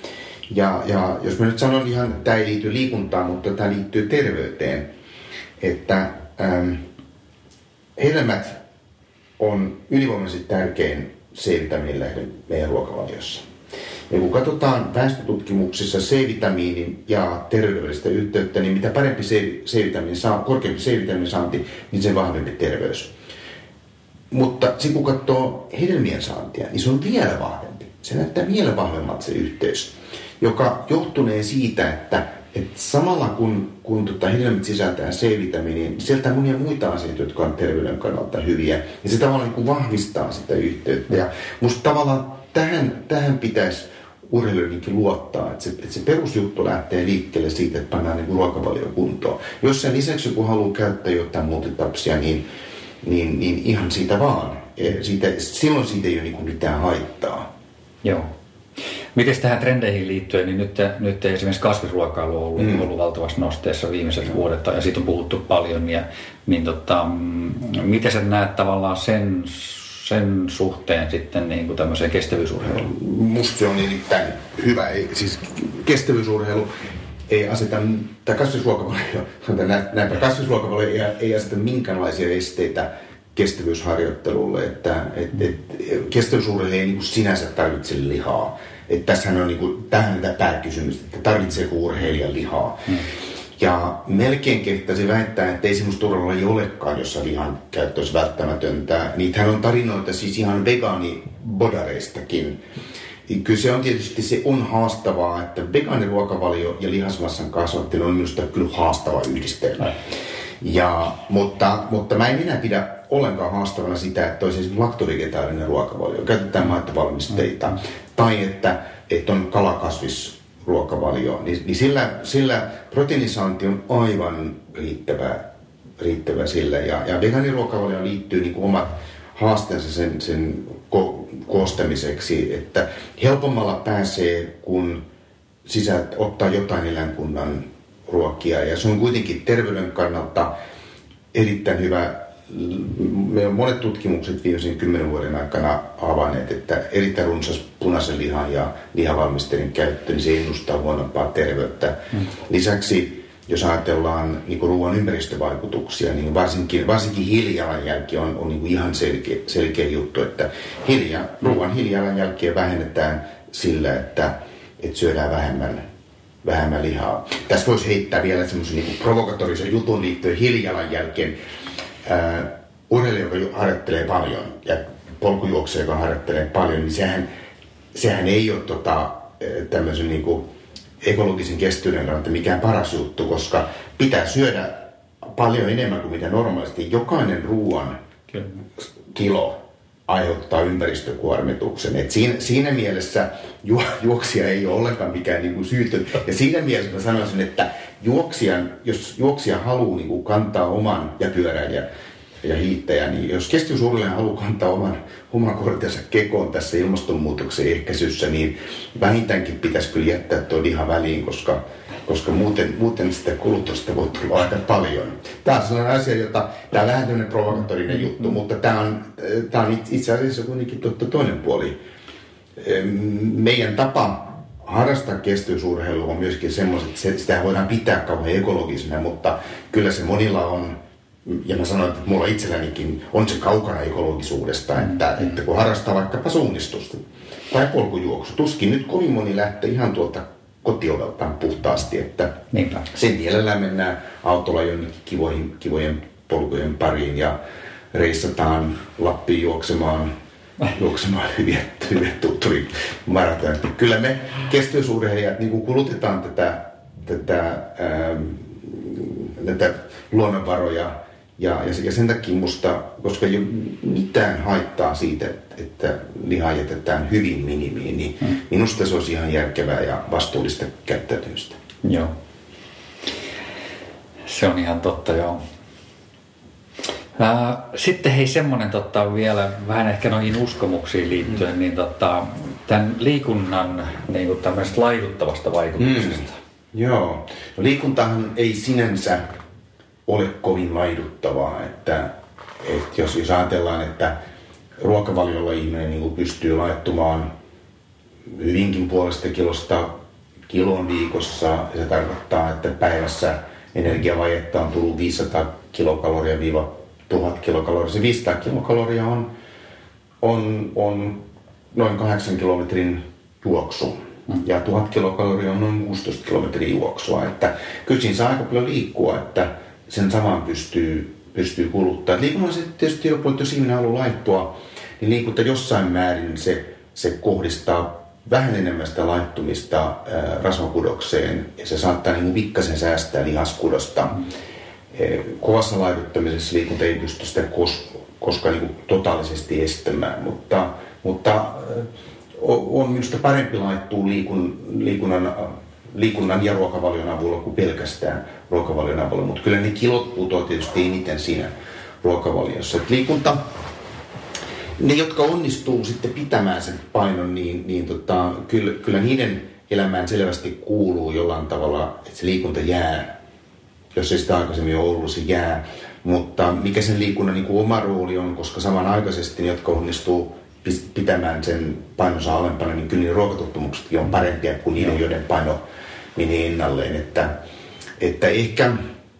Ja jos mä nyt sanon ihan, tämä ei liity liikuntaan, mutta tämä liittyy terveyteen, että hedelmät on ylivoimaisesti tärkein C-vitamiinilähde meidän ruokavaliossa. Ja kun katsotaan väestötutkimuksissa C-vitamiinin ja terveydellistä yhteyttä, niin mitä parempi korkeampi C-vitamiinin saanti, niin sen vahvempi terveys. Mutta sitten kun katsoo hedelmien saantia, niin se on vielä vahvempi. Se näyttää vielä vahvemmalta se yhteys, joka johtunee siitä, että samalla kun hedelmät sisältää C-vitamiinia, niin sieltä on monia muita asioita, jotka on terveyden kannalta hyviä. Ja se tavallaan niin vahvistaa sitä yhteyttä. Ja musta tavallaan tähän pitäisi urheilijoidenkin luottaa, että se perusjuttu lähtee liikkeelle siitä, että pannaan niin ruokavalio kuntoon. Jos sen lisäksi joku haluaa käyttää jotain multitapsia, niin ihan siitä vaan. Silloin siitä ei ole niin mitään haittaa. Joo. Miten tähän trendeihin liittyen, niin nyt esimerkiksi kasvisruokailu on ollut valtavasti nosteessa viimeiset vuodet, ja siitä on puhuttu paljon, miten sä näet tavallaan sen suhteen sitten niin kuin tämmöiseen kestävyysurheiluun? Musta se on erittäin hyvä. Siis kestävyysurheilu ei aseta, tai kasvisruokavalio ei aseta minkäänlaisia esteitä kestävyysharjoittelulle, että kestävyysurheilu ei niin sinänsä tarvitse lihaa. Että tässähän on niin tähän pääkysymys, että tarvitseeko urheilija lihaa. Ja melkein kehtäisi väittää, että ei semmoista todella ei olekaan, jossa lihan käyttö olisi välttämätöntä. Niitähän on tarinoita siis ihan vegaanibodareistakin. Kyllä se on tietysti se on haastavaa, että vegaaniruokavalio ja lihasmassan kasvattelu on minusta kyllä haastava yhdistelmä. Mutta mä en enää pidä ollenkaan haastavana sitä, että olisi esimerkiksi laktovegetaarinen ruokavalio, käytetään maitovalmisteita, tai että on kalakasvisruokavalio, niin sillä proteiinisaanti on aivan riittävä sillä. Ja vegaaniruokavalioon liittyy niin kuin omat haasteensa sen koostamiseksi, että helpommalla pääsee, kun ottaa jotain eläinkunnan ruokia. Ja se on kuitenkin terveyden kannalta erittäin hyvä. Me on monet tutkimukset viimeisen 10 vuoden aikana havainneet, että erittäin runsas punaisen lihan ja lihavalmisteiden käyttö, niin se ennustaa huonompaa terveyttä. Lisäksi, jos ajatellaan niin ruoan ympäristövaikutuksia, niin varsinkin hiilijalanjälki on niin ihan selkeä juttu, että ruoan hiilijalanjälkiä vähennetään sillä, että syödään vähemmän lihaa. Tässä voisi heittää vielä semmoisen niin provokatorisen jutun liittyen hiilijalanjälkeen. Urheilija, joka harjoittelee paljon ja polkujuoksija, joka harjoittelee paljon, niin sehän ei ole tämmöisen niin kuin ekologisen kestävyyden kannalta mikään paras juttu, koska pitää syödä paljon enemmän kuin mitä normaalisti. Jokainen ruoan kilo aiheuttaa ympäristökuormituksen. Et siinä mielessä juoksija ei ole ollenkaan mikään niin kuin syytön. Ja siinä mielessä mä sanoisin, että jos juoksija haluaa niin kuin kantaa oman ja pyöräilijä ja hiihtäjä, niin jos kestävyysurheilija haluaa kantaa oman kortensa kekoon tässä ilmastonmuutoksen ehkäisyssä, niin vähintäänkin pitäisi kyllä jättää tuo liha väliin, koska muuten sitä kulutusta voi tulla aika paljon. Tämä on sellainen asia, tämä on vähän tämmöinen provokatorinen juttu, mutta tämä on itse asiassa kuitenkin toinen puoli. Meidän tapa harrastaa kestävyysurheilua on myöskin semmoiset, että sitä voidaan pitää kauhean ekologisena, mutta kyllä se monilla on, ja mä sanoin, että mulla itsellänikin on se kaukana ekologisuudesta, että kun harrastaa vaikkapa suunnistusta tai polkujuoksu, tuskin nyt kovin moni lähtee ihan tuolta kotioveltaan puhtaasti, että sen mielellään mennään autolla jonnekin kivojen polkujen pariin ja reissataan Lappiin juoksemaan hyviä tutturimaratonit. Kyllä me kestävyysurheilijat niin kulutetaan näitä luonnonvaroja ja sen takia musta, koska ei ole mitään haittaa siitä, että lihaa jätetään hyvin minimiin, niin minusta se olisi ihan järkevää ja vastuullista käyttäytymistä. Joo. Se on ihan totta, joo. Sitten hei semmoinen vielä vähän ehkä noihin uskomuksiin liittyen, niin tämän liikunnan niin tämmöisestä laiduttavasta vaikutuksesta. Joo. No, liikuntahan ei sinänsä ole kovin laiduttavaa, että jos ajatellaan, että ruokavaliolla ihminen niin pystyy laittumaan hyvinkin puolesta kilosta kilon viikossa. Ja se tarkoittaa, että päivässä energiavajetta on tullut 500 kilokaloria viiva 1000 kilokaloria. Se 500 kilokaloria on noin 8 kilometrin juoksu. Ja 1000 kilokaloria on noin 16 kilometrin juoksua. Että kyllä siinä saa aika paljon liikkua, että sen saman pystyy kuluttamaan. Liikunnalla se tietysti jos ihminen haluaa laittua, niin liikunta jossain määrin se kohdistaa vähän enemmän sitä laittumista rasvakudokseen. Ja se saattaa niin pikkasen säästää lihaskudosta. Kovassa laiduttamisessa liikunta ei pysty sitä koskaan niin totaalisesti estämään, mutta on minusta parempi laittua liikunnan ja ruokavalion avulla kuin pelkästään ruokavalion avulla, mutta kyllä ne kilot putoaa tietysti eniten siinä ruokavaliossa. Et liikunta, ne jotka onnistuu sitten pitämään sen painon, kyllä niiden elämään selvästi kuuluu jollain tavalla, että se liikunta jää. Jos ei sitä aikaisemmin ole ollut, se jää. Mutta mikä sen liikunnan niin kuin oma rooli on, koska samanaikaisesti ne, jotka onnistuu pitämään sen painonsa alempana, niin kyllä niin ruokatottumuksetkin on parempia kuin niiden, joiden paino meni ennalleen. Että ehkä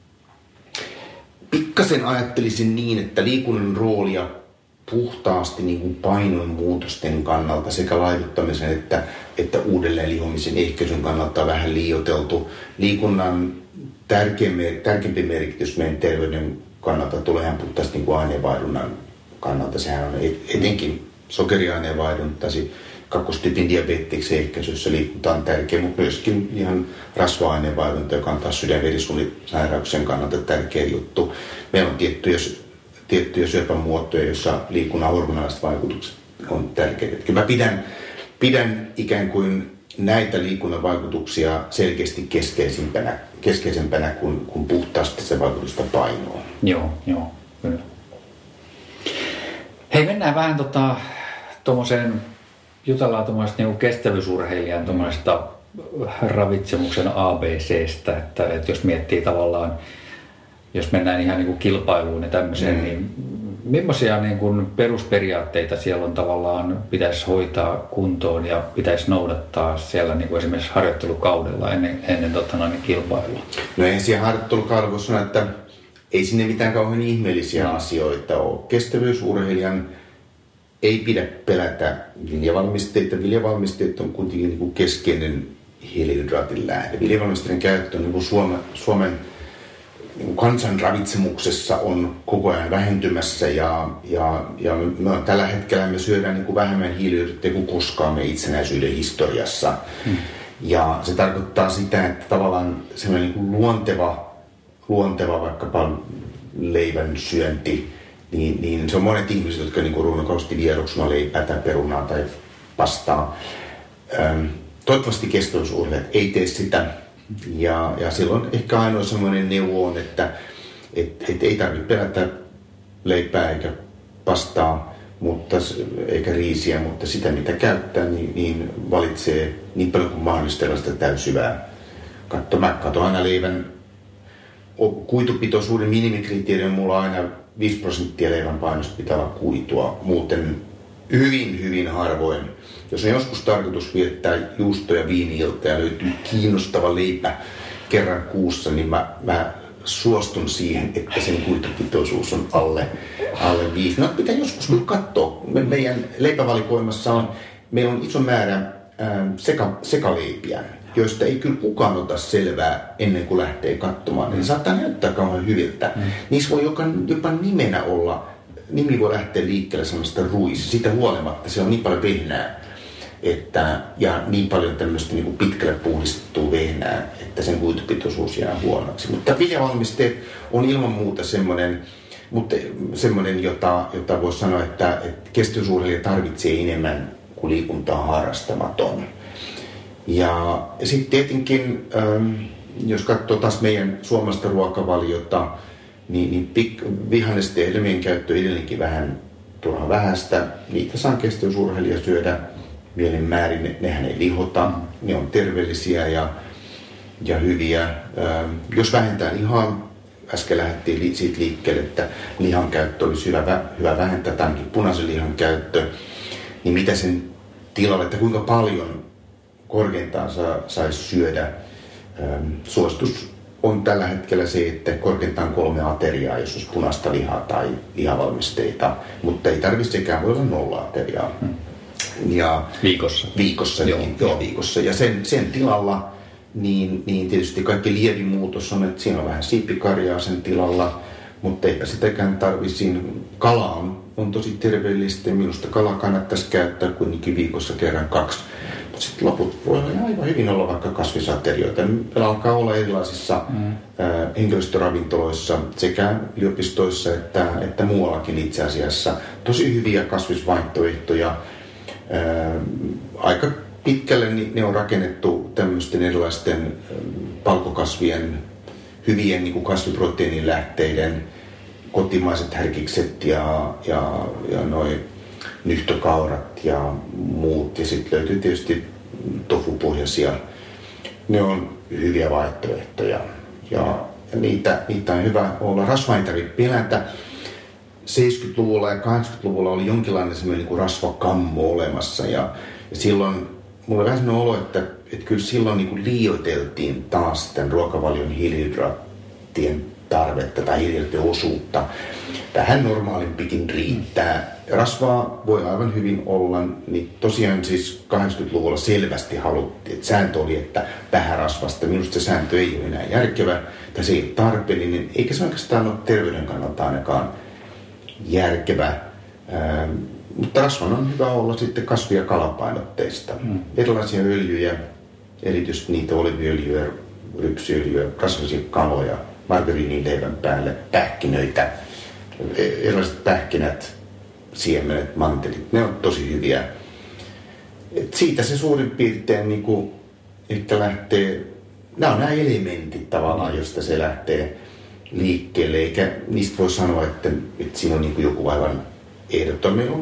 pikkasen ajattelisin niin, että liikunnan roolia puhtaasti niin kuin painon muutosten kannalta sekä laiduttamisen että uudelleen lihomisen ehkäisyn kannalta on vähän liioiteltu. Liikunnan tärkeämpi merkitys meidän terveyden kannalta tulee ihan puhtaasti niin kuin aineenvaihdunnan kannalta. Sehän on etenkin sokeriaineenvaihduntasi kakkostyypin diabeteksen ehkäisyssä liikunta on tärkeä, mutta myöskin ihan rasva-aineenvaihdunta, joka on taas sydän-verisuonisairauksien kannalta tärkeä juttu. Meillä on tiettyjä syöpämuotoja, joissa liikunnan hormonaaliset vaikutukset on tärkeitä. Kyllä mä pidän ikään kuin näitä liikunnan vaikutuksia selkeästi keskeisempänä kuin puhtaasti se vaikutusta painoa. Joo, kyllä. Hei, mennään vähän tuommoiseen, jutellaan tuommoisesta niinku kestävyysurheilijan tuommoisesta ravitsemuksen ABCstä, että jos miettii tavallaan, jos mennään ihan niinku kilpailuun ja tämmöiseen, niin millaisia niinku perusperiaatteita siellä on tavallaan pitäisi hoitaa kuntoon ja pitäisi noudattaa siellä niinku esimerkiksi harjoittelukaudella ennen kilpailua? No ei siellä harjoittelukaudella voi sanoa, että ei sinne mitään kauhean ihmeellisiä asioita ole. Kestävyysurheilijan ei pidä pelätä viljavalmisteita. Viljavalmisteet on kuitenkin niin kuin keskeinen hiilihydraatin lähde. Viljavalmisteiden käyttö on niin kuin Suomen niin kuin kansanravitsemuksessa on koko ajan vähentymässä ja tällä hetkellä me syödään niin kuin vähemmän hiilihydraatteja kuin koskaan me itsenäisyyden historiassa. Ja se tarkoittaa sitä, että tavallaan semmoinen niin kuin luonteva vaikkapa leivän syönti, niin se on monet ihmiset, jotka niin ruunokausti vieroksuna leipää tai perunaa tai pastaa. Toivottavasti kestävyysurheilijat ei tee sitä. Ja silloin ehkä ainoa semmoinen neuvo on, että ei tarvitse pelätä leipää eikä pastaa, eikä riisiä, mutta sitä mitä käyttää, niin valitsee niin paljon kuin mahdollista sitä täysyvää. Mä katson aina leivän kuitupitoisuuden minimikriteeri on mulla aina 5% leivän painosta pitää olla kuitua. Muuten hyvin harvoin. Jos on joskus tarkoitus viettää juusto- ja viini-ilta ja löytyy kiinnostava leipä kerran kuussa, niin mä suostun siihen, että sen kuitupitoisuus on alle 5. No pitää joskus katsoa. Meidän leipävalikoimassa meillä on iso määrä sekaleipiä, joista ei kyllä kukaan ota selvää ennen kuin lähtee katsomaan. Ne saattaa näyttää kauhean hyviltä. Niissä voi jopa nimenä olla, nimi voi lähteä liikkeelle sellaista ruisi. Siitä huolimatta se on niin paljon vehnää, ja niin paljon tämmöistä niin kuin pitkälle puhdistettua vehnää, että sen kuitupitoisuus jää huonoksi. Mutta viljavalmisteet on ilman muuta semmoinen, jota voisi sanoa, että kestävyysurheilija tarvitsee enemmän kuin liikuntaa harrastamaton. Ja sitten tietenkin, jos katsoo taas meidän suomalaista ruokavaliota, niin vihannesten ja hedelmien käyttö edelleenkin vähän turhan vähäistä. Niitä saa kestävyysurheilija syödä mielin määrin. Nehän ei lihota, ne on terveellisiä ja hyviä. Jos vähentää lihaa, äsken lähdettiin siitä liikkeelle, että lihan käyttö olisi hyvä vähentää, tämänkin punaisen lihan käyttö, niin mitä sen tilalle, että kuinka paljon korkeintaan saisi syödä. Suositus on tällä hetkellä se, että korkeintaan 3 ateriaa, jos olisi punaista lihaa tai lihavalmisteita, mutta ei tarvitse sekään, voi olla 0 ateriaa. Ja viikossa. Joo, viikossa. Ja sen tilalla niin tietysti kaikki lievin muutos on, että siinä on vähän siipikarjaa sen tilalla, mutta eipä sitäkään tarvitse. Kala on tosi terveellistä ja minusta kalaa kannattaisi käyttää kuitenkin viikossa 1-2. Mutta sitten loput voi aivan hyvin olla vaikka kasvisaterioita. Meillä alkaa olla erilaisissa henkilöstöravintoloissa sekä yliopistoissa että muuallakin itse asiassa tosi hyviä kasvisvaihtoehtoja. Aika pitkälle ne on rakennettu tämmöisten erilaisten palkokasvien, hyvien niin kuin kasviproteiinilähteiden, kotimaiset härkikset ja noi nyhtökaurat ja muut. Ja sitten löytyy tietysti tofupohjaisia. Ne on hyviä vaihtoehtoja ja niitä on hyvä olla. Rasvaa ei tarvitse pelätä. 70-luvulla ja 80-luvulla oli jonkinlainen semmoinen niin rasvakammo olemassa ja silloin mulla on vähän semmoinen olo, että kyllä silloin niin kuin liioiteltiin taas tämän ruokavalion hiilihydraattien tarvetta tai hiilihydraattien osuutta. Vähän normaalimpikin riittää. Rasvaa voi aivan hyvin olla, niin tosiaan siis 80-luvulla selvästi haluttiin, että sääntö oli, että vähän rasvasta. Minusta se sääntö ei ole enää järkevä tai se ei ole tarpeellinen, eikä se oikeastaan ole terveyden kannalta ainakaan järkevä. Mutta rasvan on hyvä olla sitten kasvi- ja kalapainotteista. Erilaisia öljyjä, erityisesti niitä oliiviöljyä, rypsiöljyä, rasvaisia kaloja, margariinin leivän päälle, pähkinöitä, erilaiset pähkinät, siemenet, mantelit, ne on tosi hyviä. Et siitä se suurin piirtein niinku ehkä lähtee, nämä on nämä elementit tavallaan, josta se lähtee liikkeelle, eikä niistä voi sanoa, että siinä on niinku joku aivan ehdoton. Meillä on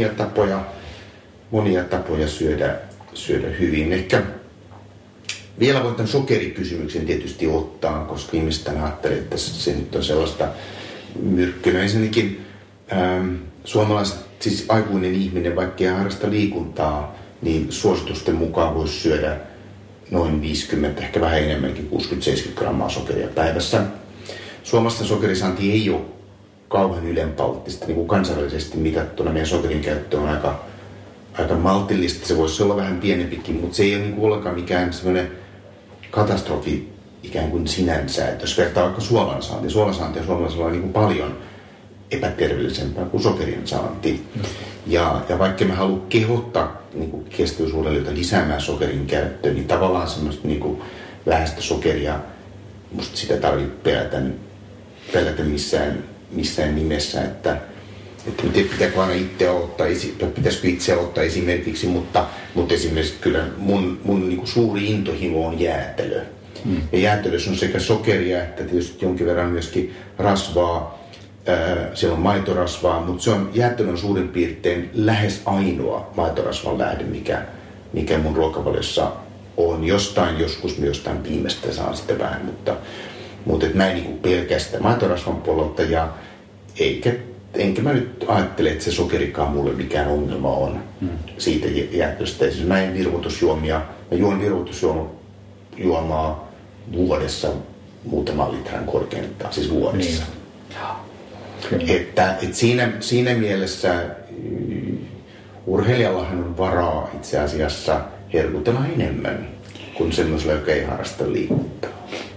monia tapoja syödä hyvin. Ehkä vielä voin tämän sokerikysymyksen tietysti ottaa, koska ihmiset ajattelee, että se nyt on sellaista myrkkyä. Ensinnäkin suomalaiset, siis aikuinen ihminen, vaikka ei harrasta liikuntaa, niin suositusten mukaan voisi syödä noin 50, ehkä vähän enemmänkin, 60-70 grammaa sokeria päivässä. Suomalaisten sokerisaanti ei ole kauhean ylenpalttista, niin kuin kansainvälisesti mitattuna. Meidän sokerin käyttö on aika maltillista. Se voisi olla vähän pienempikin, mutta se ei ole niin kuin ollenkaan mikään sellainen katastrofi ikään kuin sinänsä. Että jos vertaa vaikka suolansaanti on suomalaisella niin kuin paljon epäterveellisempää kuin sokerin saanti. Ja vaikka me haluamme kehottaa niin kestävyysurheilijoita lisäämään sokerin käyttöön, niin tavallaan semmoista niin vähäistä sokeria, musta sitä tarvitsee pelätä missään nimessä, että pitääkö aina itse aloittaa, pitäisikö itse aloittaa esimerkiksi, mutta esimerkiksi kyllä mun niin kuin suuri intohimo on jäätelö. Ja jäätelössä on sekä sokeria että tietysti jonkin verran myöskin rasvaa. Siellä on maitorasvaa, mutta jäätelö on suurin piirtein lähes ainoa maitorasvan lähde, mikä mun ruokavaliossa on. Jostain viimeistä saan sitä vähän, mutta mä en niin pelkästään maitorasvan puolelta ja enkä mä nyt ajattele, että se sokerikaan mulle mikään ongelma on siitä jäätelöstä. Siis mä en virvoitusjuomia, mä juon virvoitusjuomaa vuodessa muutaman litran korkeintaan, siis vuodessa. Niin. Että siinä mielessä urheilijallahan on varaa itse asiassa herkutella enemmän kuin semmoisella, joka ei harrasta liikuntaa.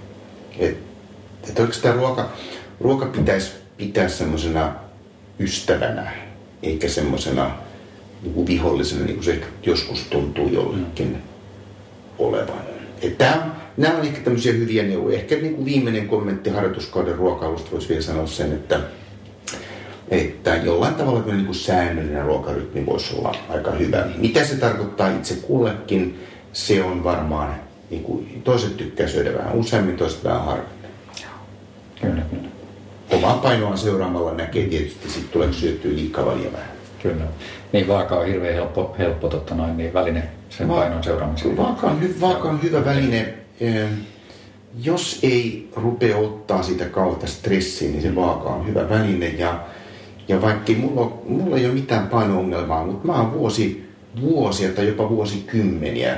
Että oikeastaan ruoka pitäisi pitää semmoisena ystävänä, eikä semmoisena niin vihollisena, niin kuin se joskus tuntuu jollekin olevan. Nämä on ehkä tämmöisiä hyviä neuvoja. Ehkä niin kuin viimeinen kommentti harjoituskauden ruokailusta voisi vielä sanoa sen, että jollain tavalla niin kuin säännöllinen ruokarytmi voisi olla aika hyvä. Mitä se tarkoittaa itse kullekin, se on varmaan, niin kuin toiset tykkää syödä vähän useammin, toiset vähän harvemmin. Kyllä. Omaa painoa seuraamalla näkee tietysti, sitten tuleeko syötyä liikaa väliä vähän. Kyllä. Niin vaaka on hirveän helppo niin väline sen painon seuraamiseen. Vaaka on hyvä väline. Jos ei rupea ottaa sitä kautta stressiä, niin se vaaka on hyvä väline. Ja vaikka mulla ei ole mitään paino-ongelmaa, mutta mä oon vuosia tai jopa vuosikymmeniä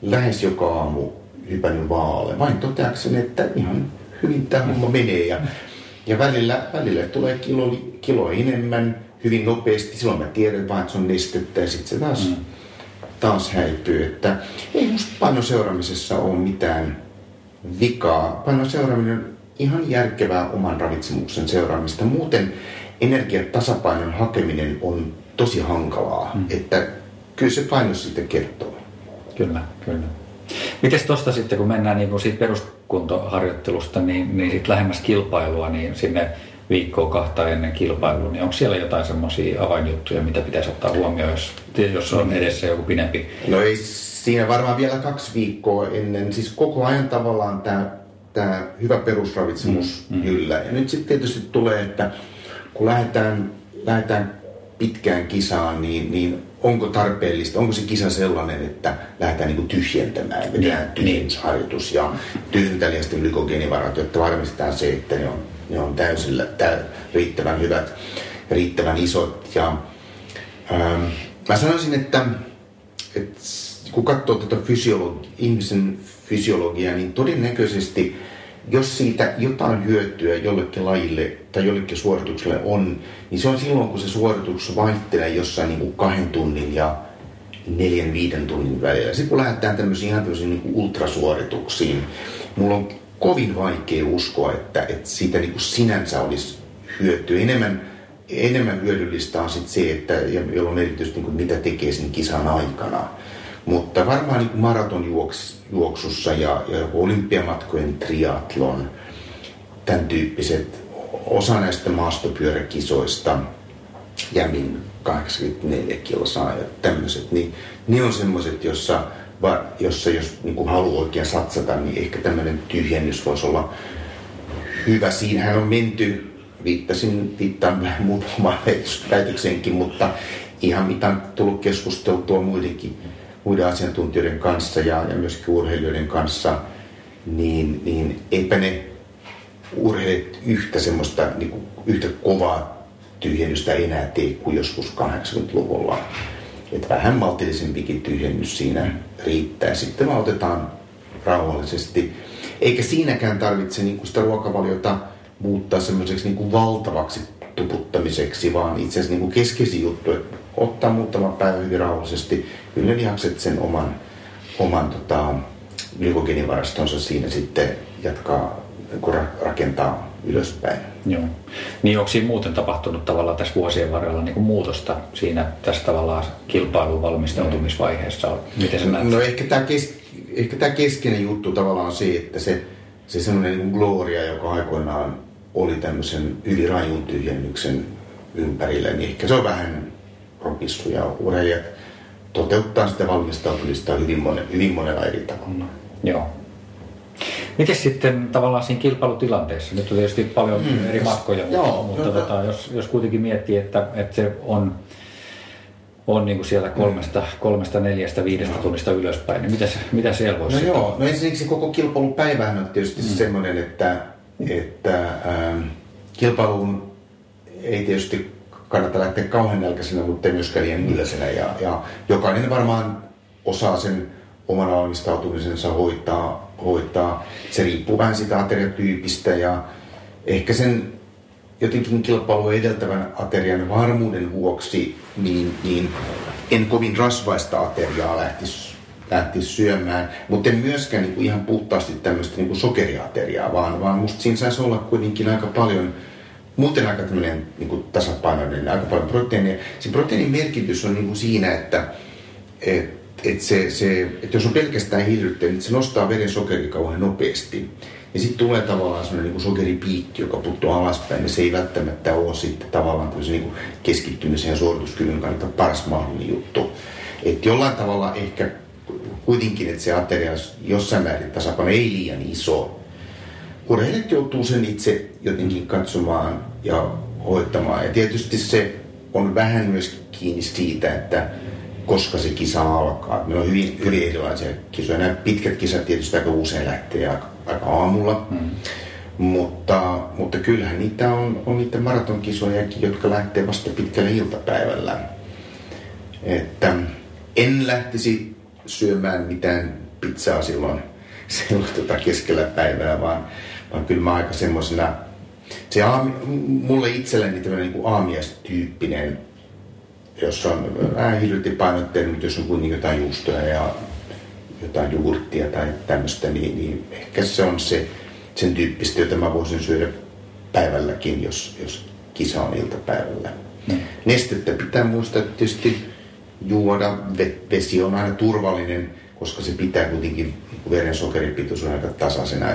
lähes joka aamu hypännyt vaalle. Vain toteakseni, että ihan hyvin tämä homma menee. Ja välillä tulee kilo enemmän hyvin nopeasti. Silloin mä tiedän vaan, että se on nestettä ja sitten se taas häipyy. Että ei musta painon seuraamisessa ole mitään vikaa. Painon seuraaminen on ihan järkevää oman ravitsemuksen seuraamista. Muuten energiatasapainon hakeminen on tosi hankalaa. Että kyllä se paino siitä kertoo. Kyllä. Mites tosta sitten, kun mennään niin siitä peruskuntoharjoittelusta, niin sit lähemmäs kilpailua, niin sinne viikkoa kahta ennen kilpailua, niin onko siellä jotain semmoisia avainjuttuja, mitä pitäisi ottaa huomioon, jos on edessä joku pidempi? No ei siinä varmaan vielä 2 viikkoa ennen, siis koko ajan tavallaan tämä hyvä perusravitsemus yllä. Ja nyt sitten tietysti tulee, että kun lähdetään pitkään kisaan, niin onko tarpeellista, onko se kisa sellainen, että lähdetään niin kuin tyhjentämään, vedetään tyhjennysharjoitus ja tyhjentää lihasten glykogeenivarat, jotta varmistetaan se, että ne on täysillä riittävän hyvät, riittävän isot. Ja, mä sanoisin, että kun katsoo tätä ihmisen fysiologiaa, niin todennäköisesti, jos siitä jotain hyötyä jollekin lajille tai jollekin suoritukselle on, niin se on silloin, kun se suoritus vaihtelee jossain niin kuin 2 tunnin ja 4-5 tunnin välillä. Sitten kun lähdetään tämmöisiin niin kuin ultrasuorituksiin, mulla on kovin vaikea uskoa, että siitä niin kuin sinänsä olisi hyötyä. Enemmän hyödyllistä on sit se, että jolloin erityisesti niin kuin mitä tekee sen kisan aikana. Mutta varmaan niin kuin maratonjuoksussa ja olympiamatkojen triathlon, tämän tyyppiset, osa näistä maastopyöräkisoista, jämin 84 kilsaa ja tämmöiset, niin ne on semmoiset, jossa jos niin kuin haluaa oikein satsata, niin ehkä tämmöinen tyhjennys voisi olla hyvä. Siinähän on menty, viittaan vähän muutamaan väitöksenkin, mutta ihan mitä on tullut keskusteltua muiden asiantuntijoiden kanssa ja myöskin urheilijoiden kanssa, niin eipä ne urheilijat yhtä semmoista niin kuin yhtä kovaa tyhjennystä enää tee kuin joskus 80-luvulla. Että vähän maltillisempikin tyhjennys siinä riittää. Sitten me otetaan rauhallisesti. Eikä siinäkään tarvitse niin kuin sitä ruokavaliota muuttaa semmoiseksi niin kuin valtavaksi tuputtamiseksi, vaan itse asiassa niin kuin keskeisin juttu, että ottaa muutama päivä hyvin rauhallisesti, kyllä ne lihakset sen oman glykogeenivarastonsa siinä sitten jatkaa, kun rakentaa ylöspäin. Joo. Niin onko siinä muuten tapahtunut tavallaan tässä vuosien varrella niin kuin muutosta siinä tässä tavallaan kilpailuun valmistautumisvaiheessa? Miten se näet? No ehkä tämä keskeinen juttu tavallaan on se, että se semmoinen niin gloria, joka aikoinaan oli tämmöisen hyvin rajun tyhjennyksen ympärillä, niin ehkä se on vähän ropissu ja urheilijat toteuttaa sitä valmistautumista hyvin monella eri tavalla. Joo. Miten sitten tavallaan siinä kilpailutilanteessa? Nyt on tietysti paljon eri matkoja, mutta jos kuitenkin miettii, että se on niin kuin sieltä 3, 4, 5 tunnista ylöspäin, niin mitä siellä voisi sitten? No ensinnäkin se koko kilpailupäivähän on tietysti semmoinen, että kilpailuun ei tietysti kannata lähteä kauhean nälkäisenä, mutta ei myöskään liian ylläisenä. Ja jokainen varmaan osaa sen oman valmistautumisensa hoitaa. Se riippuu vähän siitä ateriatyypistä ja ehkä sen jotenkin kilpailua edeltävän aterian varmuuden vuoksi niin en kovin rasvaista ateriaa lähtisi syömään, mutta en myöskään niin kuin ihan puhtaasti tämmöistä niin kuin sokeriateriaa, vaan musta siinä saisi olla kuitenkin aika paljon, muuten aika tämmöinen niin kuin tasapainoinen, aika paljon proteiinia. Se proteiinin merkitys on niin kuin siinä, että jos on pelkästään hiilidhydraatteja, niin se nostaa veren sokeria kauhean nopeasti. Ja sitten tulee tavallaan sellainen niin kuin sokeripiikki, joka putoaa alaspäin, ja se ei välttämättä ole sitten tavallaan niin kuin keskittymisen ja suorituskyvyn kannalta paras mahdollinen juttu. Että jollain tavalla ehkä kuitenkin, että se ateria jossain määrin tasapaino ei liian iso. Urheilijat joutuu sen itse jotenkin katsomaan ja hoitamaan. Ja tietysti se on vähän myös kiinni siitä, että koska se kisa alkaa. Meillä on hyvin erilaisia kisoja. Nämä pitkät kisat tietysti aika usein lähtee aika aamulla. Mutta kyllähän niitä on niitä maratonkisojakin, jotka lähtee vasta pitkällä iltapäivällä. Että en lähtisi syömään mitään pizzaa silloin keskellä päivää, vaan kyllä mä aika semmosena, mulle itselleni tämmöinen niin aamiaistyyppinen, jos on hilryttipainotteinen, mutta jos on kuitenkin jotain juustoja ja jotain jogurttia tai tämmöistä, niin ehkä se on sen tyyppistä, jota mä voisin syödä päivälläkin, jos kisa on iltapäivällä. Nestettä pitää muistaa tietysti juoda. Vesi on aina turvallinen, koska se pitää kuitenkin veren sokeripitoisuuden aika tasaisena.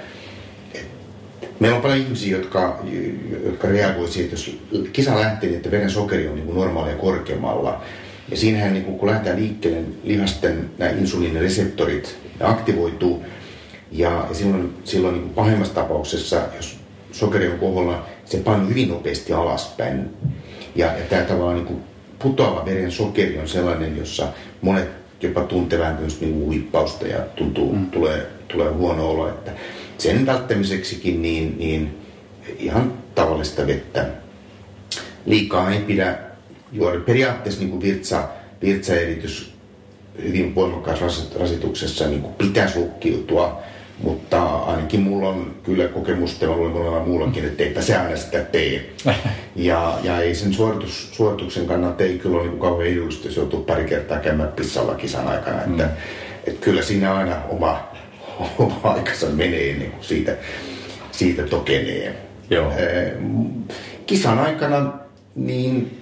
Meillä on paljon ihmisiä, jotka reagoi siihen, että jos kisa lähtee, niin että veren sokeri on niin normaalia korkeammalla. Ja siinähän niin kun lähdetään liikkeelle, lihasten nämä insuliinireseptorit aktivoituu. Ja silloin niin pahimmassa tapauksessa, jos sokeri on koholla, se painuu hyvin nopeasti alaspäin. Ja tämä tavallaan niin putoava veren sokeri on sellainen, jossa monet jopa tuntevat niin huippausta ja tulee huono olo. Että sen välttämiseksikin niin ihan tavallista vettä. Liikaa ei pidä juoda. Periaatteessa niin virtsaeritys hyvin voimakkaassa rasituksessa niin pitäisi lukkiutua, mutta ainakin mulla on kyllä kokemusta, mä luulen monella muullakin, että eipä se aina sitä tee. Ja ei sen suorituksen kannalta ei kyllä ole niin kauhean edullista, jos joutuu pari kertaa käymään pissalla kisan aikana. Että kyllä siinä aina oma aikansa menee ennen kuin siitä tokenee. Joo. Kisan aikana niin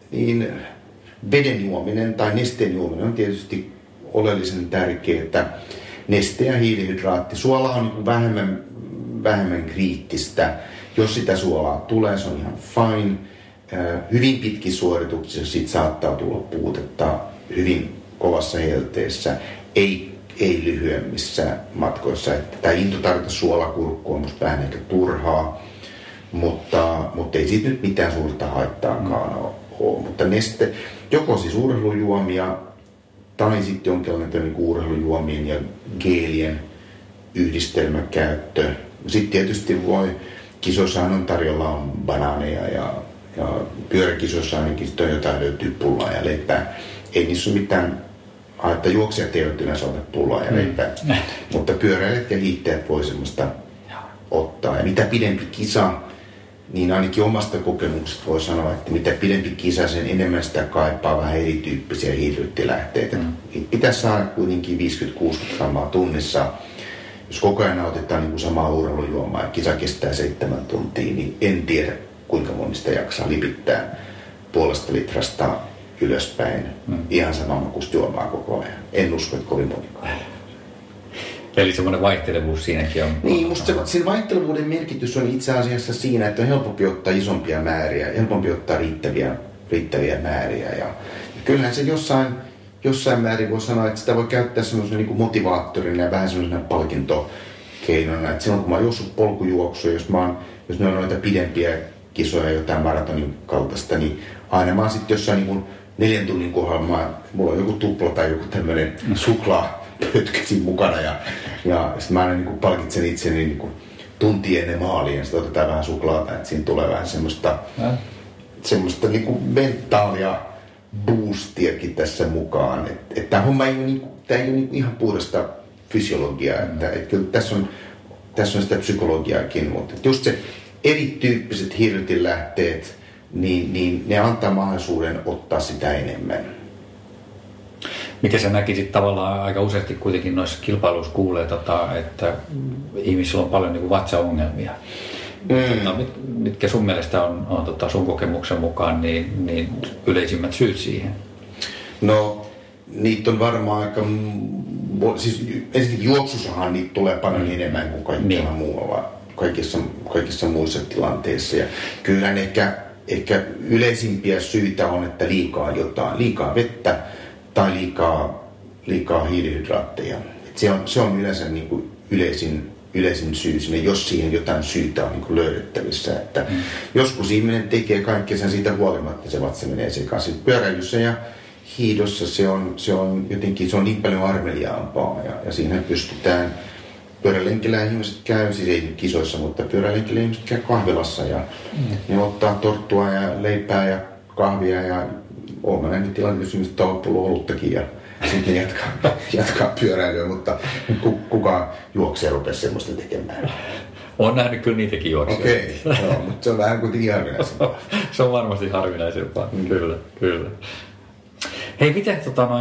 veden juominen tai nesteen juominen on tietysti oleellisen tärkeää. Neste ja hiilihydraatti. Suola on niin vähemmän kriittistä. Jos sitä suolaa tulee, se on ihan fine. Hyvin pitkin suorituksissa siitä saattaa tulla puutetta hyvin kovassa helteessä. Ei lyhyemmissä matkoissa. Tämä into tarvita suolakurkkua on musta vähän ehkä turhaa, mutta ei siitä nyt mitään suurta haittaakaan ole. Mutta neste, joko siis urheilujuomia tai sitten jonkinlainen niin urheilujuomien ja geelien yhdistelmäkäyttö. Sitten tietysti kisoissahan on tarjolla banaaneja ja pyöräkisoissa ainakin jotain löytyy pullaa ja leipää. Ei niissä ole mitään että juoksijat eivät yleensä ota pullaa ja leipää, mutta pyöräilijät ja hiihtäjät voi semmoista ottaa. Ja mitä pidempi kisa, niin ainakin omasta kokemuksesta voi sanoa, että mitä pidempi kisa, sen enemmän sitä kaipaa vähän erityyppisiä hiilihydraattilähteitä. Pitäisi saada kuitenkin 50-60 grammaa tunnissa. Jos koko ajan otetaan niin kuin samaa urheilujuomaa ja kisa kestää 7 tuntia, niin en tiedä kuinka monista jaksaa lipittää 0,5 litrasta ylöspäin. Ihan samaa makuista juomaa koko ajan. En usko, että kovin monikaan. Eli semmoinen vaihtelevuus siinäkin on. Niin, musta sen vaihtelevuuden merkitys on itse asiassa siinä, että on helpompi ottaa isompia määriä, helpompi ottaa riittäviä määriä. Ja kyllähän se jossain määrin voi sanoa, että sitä voi käyttää semmoisena niin kuin motivaattorina ja vähän semmoisena palkintokeinona. Että silloin kun mä oon juossut polkujuoksua, jos ne on noita pidempiä kisoja, jotain maratonin kaltaista, niin aina mä oon sitten jossain niin kuin 4 tunnin kohdalla, mulla on joku tupla tai joku tämmöinen suklaapötkäsin mukana ja sitten mä aina niin kuin palkitsen itseni niin kuin tunti ennen maalia ja sitten otetaan vähän suklaata, että siinä tulee vähän semmoista niin kuin mentaalia boostiakin tässä mukaan. Että tämä homma ei ole, niin kuin ihan puhdasta fysiologiaa, että kyllä tässä on sitä psykologiaakin, mutta just se erityyppiset hiilihydraattilähteet, niin ne antaa mahdollisuuden ottaa sitä enemmän. Miten sä näkisit tavallaan aika useasti kuitenkin noissa kilpailuissa kuulee, että ihmisillä on paljon niin kuin vatsaongelmia. Mitkä sun mielestä on sun kokemuksen mukaan niin yleisimmät syyt siihen? No, niitä on varmaan aika... Siis ensinnäkin juoksussahan niitä tulee paljon enemmän kuin kaikkialla muualla. Kaikissa muissa tilanteissa. Ja kyllähän ehkä yleisimpiä syitä on, että liikaa vettä tai liikaa hiilihydraatteja. Se on yleensä niin kuin yleisin syy sinne, jos siihen jotain syytä on niin kuin löydettävissä. Että joskus ihminen tekee kaikkea siitä huolimatta, se vatsa menee sekaisin. Pyöräilyssä ja hiihdossa se on jotenkin niin paljon armeliaampaa ja siinä pystytään. Pyörälenkillä ihmiset käy, siis ei kisoissa, mutta pyörälenkillä ihmiset käy kahvilassa ja ne ottaa torttua ja leipää ja kahvia ja olen nähnyt tilanteessa, jos ihmiset on loppunut oluttakin ja sitten jatkaa pyöräilyä, mutta kuka juoksee rupea semmoista tekemään? Olen nähnyt kyllä niitäkin juoksia. Okei, mutta se on vähän kuitenkin harvinaisempaa. Se on varmasti harvinaisempaa, kyllä. Hei, miten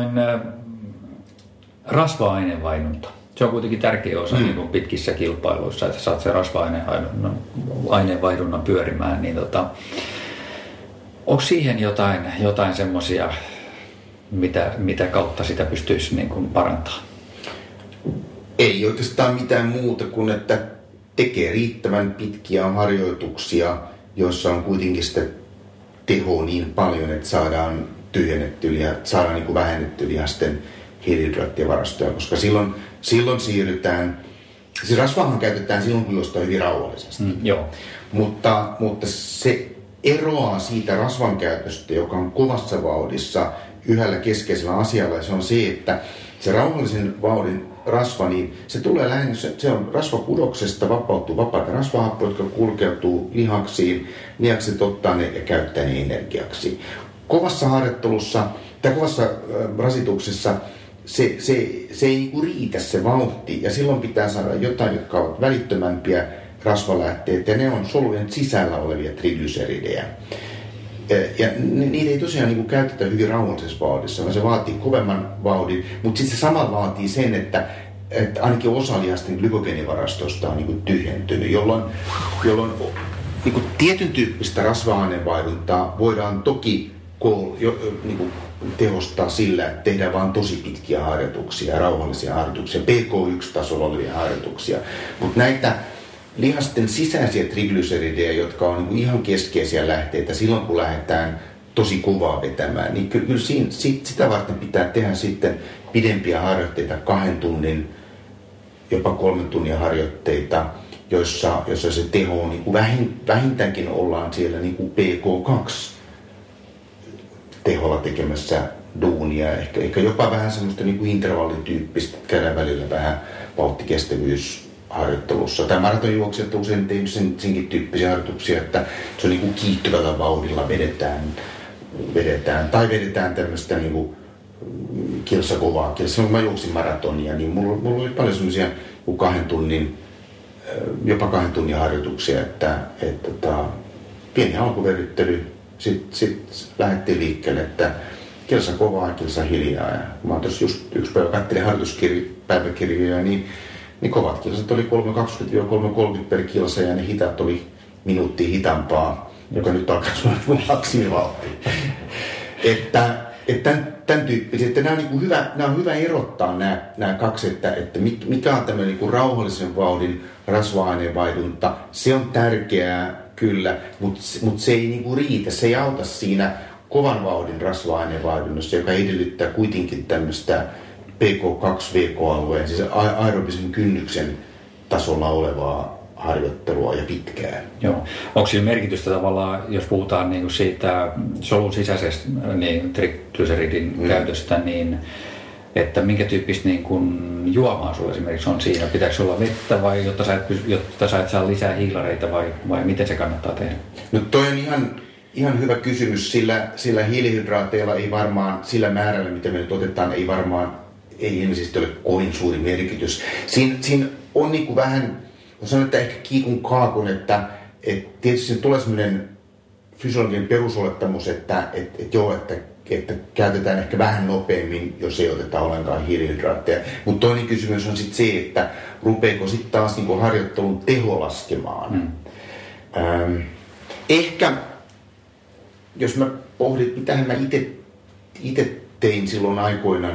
rasva-aineenvaihdunta? Se on kuitenkin tärkeä osa niin kuin pitkissä kilpailuissa, että saat sen rasva-aineenvaihdunnan pyörimään. Niin onko siihen jotain semmoisia, mitä kautta sitä pystyisi niin kuin parantamaan? Ei oikeastaan mitään muuta kuin, että tekee riittävän pitkiä harjoituksia, joissa on kuitenkin sitä tehoa niin paljon, että saadaan tyhjennettyä ja saadaan niin kuin vähennettyä lihasten hiilihydraattivarastoja, koska silloin siirrytään, siis rasvaahan käytetään silloin, kun juostaan hyvin rauhallisesti. Joo. Mutta se eroaa siitä rasvan käytöstä, joka on kovassa vauhdissa yhdellä keskeisellä asialla, ja se on se, että se rauhallisen vauhdin rasva, niin se tulee lähinnä, se on rasvakudoksesta, vapautuu vapaita rasvahappoja, jotka kulkeutuu lihaksiin, lihakset ottaa ne ja käyttää ne energiaksi. Kovassa harjoittelussa tai kovassa rasituksessa se ei niinku riitä se vauhti, ja silloin pitää saada jotain, jotka ovat välittömämpiä rasvalähteitä, ja ne on solujen sisällä olevia triglyceridejä. Ja niitä ei tosiaan niin käytetä hyvin rauhallisessa vauhdissa, vaan se vaatii kovemman vauhdin, mutta sitten se samalla vaatii sen, että ainakin osa lihasten glykogeenivarastosta on niin tyhjentynyt, jolloin niin tietyn tyyppistä rasva-aineenvaihduntaa voidaan toki niin tehostaa sillä, että tehdään vain tosi pitkiä harjoituksia, rauhallisia harjoituksia, PK1-tasolla olevia harjoituksia, mutta näitä lihasten sisäisiä triglyceridejä, jotka on niin ihan keskeisiä lähteitä silloin, kun lähdetään tosi kovaa vetämään, niin kyllä sitä varten pitää tehdä sitten pidempiä harjoitteita, 2 tunnin, jopa 3 tunnin harjoitteita, joissa se teho on niin kuin vähintäänkin ollaan siellä niin kuin PK2-teholla tekemässä duunia, ehkä jopa vähän semmoista niin kuin intervallityyppistä, käydään välillä vähän vauhtikestävyysharjoittelussa. Tai maratonjuoksijat on usein tehnyt senkin tyyppisiä harjoituksia, että se on niin kuin kiihtyvällä vauhdilla vedetään tai vedetään tämmöistä niin kuin kilsakovaa. Silloin kun mä juoksin maratonia, niin mulla oli paljon semmoisia 2 tunnin, jopa 2 tunnin harjoituksia, että pieni alkuveryttely, sitten lähdettiin liikkeelle, että kilsa kovaa ja kilsa hiljaa. Ja mä oon tuossa just yksi päivä katselin harjoituspäiväkirjoja, niin kovat kilsat oli 3.20-3.30 per kilsa ja ne hitaat oli minuuttia hitaampaa, joka nyt alkaa olla maksimivauhtia. Että tämän tyyppisiä, että nämä on hyvä erottaa nämä kaksi, että mikä on tämmöinen niin rauhallisen vauhdin rasva-aineenvaihdunta. Se on tärkeää kyllä, mutta se ei niin kuin riitä, se ei auta siinä kovan vauhdin rasva-aineenvaihdunnassa, joka edellyttää kuitenkin tämmöistä PK2-VK-alueen, siis aerobisen kynnyksen tasolla olevaa harjoittelua ja pitkään. Joo. Onko sillä merkitystä tavallaan, jos puhutaan niin kuin siitä solun sisäisestä niin triglyceridin käytöstä, niin että minkä tyyppistä niin kuin juomaa sulla esimerkiksi on siinä? Pitääkö olla vettä vai jotta sä et saa lisää hiilareita vai miten se kannattaa tehdä? No toi on ihan hyvä kysymys, sillä hiilihydraateilla ei varmaan, sillä määrällä mitä me nyt otetaan, ei ilmeisesti ole kovin suuri merkitys. Siinä on niin kuin vähän, sanon, että ehkä kiikun kaakun, että tietysti tulee sellainen fysiologinen perusolettamus, että käytetään ehkä vähän nopeammin, jos ei oteta ollenkaan hiilihydraatteja. Mutta toinen kysymys on sitten se, että rupeeko sitten taas niinku harjoittelun teho laskemaan. Ehkä, jos mä pohdin, mitähän mä itse tein silloin aikoina,